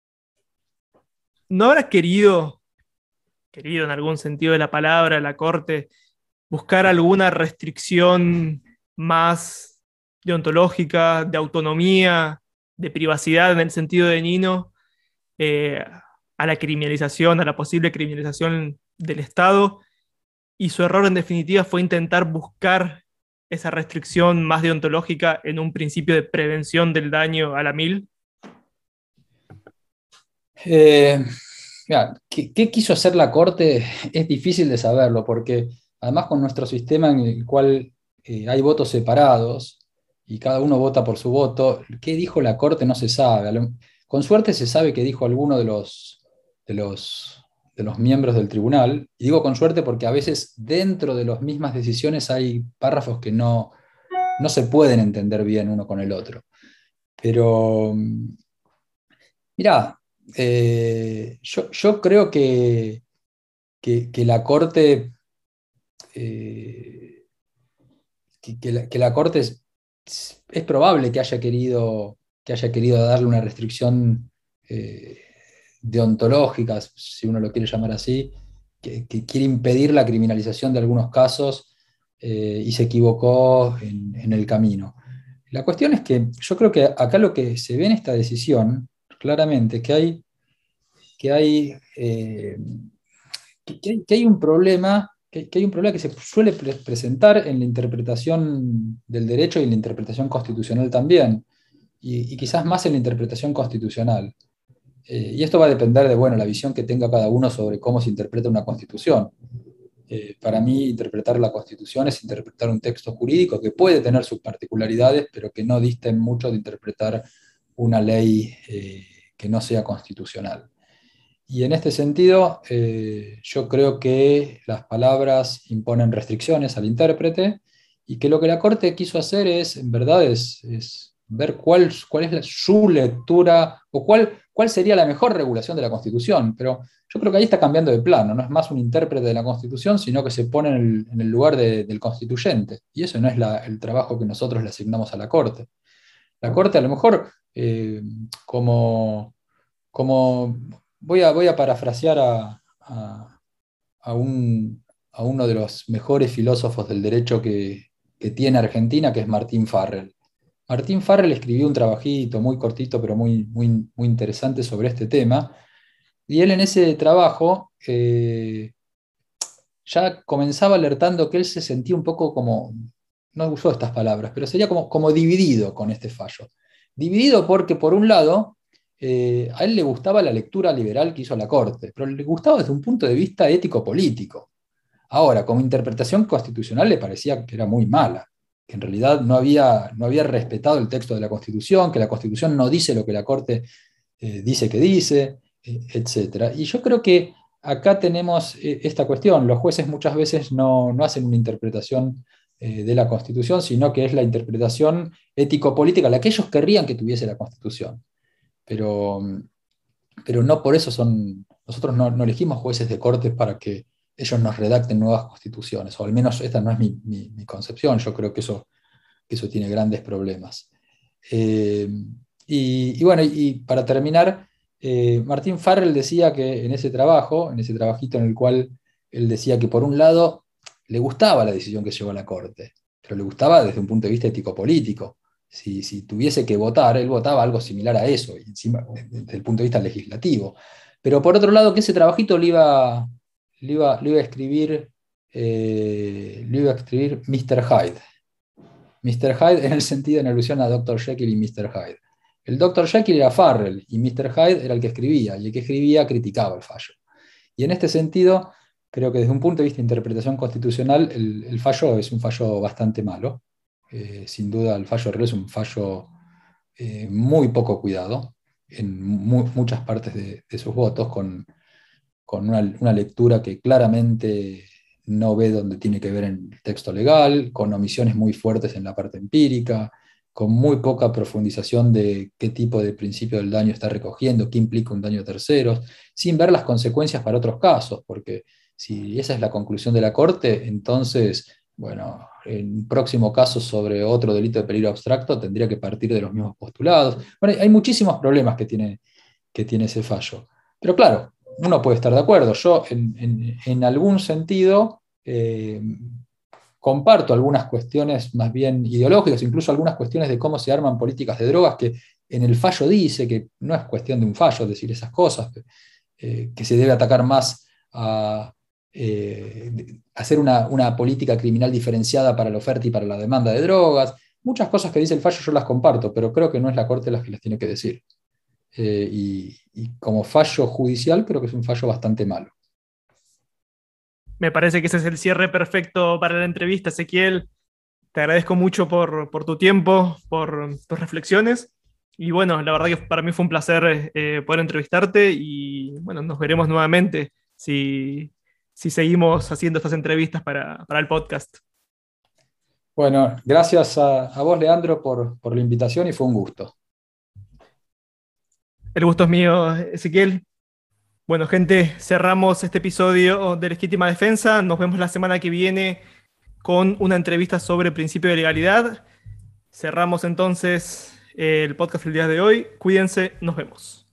¿No habrá querido en algún sentido de la palabra, la Corte, buscar alguna restricción más deontológica, de autonomía, de privacidad en el sentido de Nino, eh, a la criminalización, a la posible criminalización del Estado? Y su error en definitiva fue intentar buscar esa restricción más deontológica en un principio de prevención del daño a la mil. Eh, Mira, ¿qué quiso hacer la Corte? Es difícil de saberlo, porque además con nuestro sistema en el cual hay votos separados y cada uno vota por su voto, ¿qué dijo la Corte? No se sabe. Con suerte se sabe que dijo alguno de los, de los miembros del tribunal, y digo con suerte porque a veces dentro de las mismas decisiones hay párrafos que no se pueden entender bien uno con el otro. Pero mirá, yo creo que la Corte, eh, que la Corte es probable que haya querido darle una restricción deontológica, si uno lo quiere llamar así, que quiere impedir la criminalización de algunos casos, y se equivocó en el camino. La cuestión es que yo creo que acá lo que se ve en esta decisión, claramente, que hay, que hay un problema, que hay un problema que se suele presentar en la interpretación del derecho y en la interpretación constitucional también, y quizás más en la interpretación constitucional. Y esto va a depender de, bueno, la visión que tenga cada uno sobre cómo se interpreta una constitución. Para mí, interpretar la Constitución es interpretar un texto jurídico que puede tener sus particularidades, pero que no disten mucho de interpretar una ley que no sea constitucional. Y en este sentido, yo creo que las palabras imponen restricciones al intérprete, y que lo que la Corte quiso hacer es, en verdad, es ver cuál es su lectura, o cuál sería la mejor regulación de la Constitución. Pero yo creo que ahí está cambiando de plano, no es más un intérprete de la Constitución, sino que se pone en el lugar del constituyente. Y eso no es el trabajo que nosotros le asignamos a la Corte. La Corte a lo mejor, como voy a parafrasear a uno de los mejores filósofos del derecho que tiene Argentina, que es Martín Farrell. Martín Farrell escribió un trabajito muy cortito, pero muy interesante sobre este tema, y él en ese trabajo ya comenzaba alertando que él se sentía un poco como, no usó estas palabras, pero sería como dividido con este fallo. Dividido porque, por un lado, a él le gustaba la lectura liberal que hizo la Corte, pero le gustaba desde un punto de vista ético-político. Ahora, como interpretación constitucional le parecía que era muy mala, que en realidad no había respetado el texto de la Constitución, que la Constitución no dice lo que la Corte dice que dice, etc. Y yo creo que acá tenemos esta cuestión. Los jueces muchas veces no hacen una interpretación de la Constitución, sino que es la interpretación ético-política la que ellos querrían que tuviese la Constitución. Pero, pero no por eso nosotros no elegimos jueces de cortes para que ellos nos redacten nuevas constituciones, o al menos esta no es mi concepción. Yo creo que eso tiene grandes problemas. Y bueno, y para terminar, Martín Farrell decía que en ese trabajo, en ese trabajito en el cual él decía que por un lado le gustaba la decisión que llegó a la Corte, pero le gustaba desde un punto de vista ético-político. Si tuviese que votar, él votaba algo similar a eso, y encima desde el punto de vista legislativo. Pero por otro lado, que ese trabajito lo iba a escribir, lo iba a escribir Mr. Hyde. Mr. Hyde en el sentido, en alusión a Dr. Jekyll y Mr. Hyde. El Dr. Jekyll era Farrell y Mr. Hyde era el que escribía, y el que escribía criticaba el fallo. Y en este sentido, creo que desde un punto de vista de interpretación constitucional, el fallo es un fallo bastante malo. Sin duda, el fallo real es un fallo muy poco cuidado en muchas partes de sus votos, con una lectura que claramente no ve donde tiene que ver en el texto legal, con omisiones muy fuertes en la parte empírica, con muy poca profundización de qué tipo de principio del daño está recogiendo, qué implica un daño a terceros, sin ver las consecuencias para otros casos, porque si esa es la conclusión de la Corte, entonces, bueno, en un próximo caso sobre otro delito de peligro abstracto tendría que partir de los mismos postulados. Bueno, hay muchísimos problemas que tiene ese fallo. Pero claro, uno puede estar de acuerdo. Yo, en algún sentido, comparto algunas cuestiones más bien ideológicas, incluso algunas cuestiones de cómo se arman políticas de drogas, que en el fallo dice que no es cuestión de un fallo decir esas cosas, que se debe atacar más a hacer una política criminal diferenciada para la oferta y para la demanda de drogas. Muchas cosas que dice el fallo yo las comparto, pero creo que no es la Corte la que las tiene que decir. Y como fallo judicial creo que es un fallo bastante malo. Me parece que ese es el cierre perfecto para la entrevista, Ezequiel. Te agradezco mucho por tu tiempo, por tus reflexiones. Y bueno, la verdad que para mí fue un placer poder entrevistarte y bueno, nos veremos nuevamente si seguimos haciendo estas entrevistas para el podcast. Bueno, gracias a vos, Leandro, por la invitación y fue un gusto. El gusto es mío, Ezequiel. Bueno, gente, cerramos este episodio de Legítima Defensa. Nos vemos la semana que viene con una entrevista sobre principio de legalidad. Cerramos entonces el podcast del día de hoy. Cuídense, nos vemos.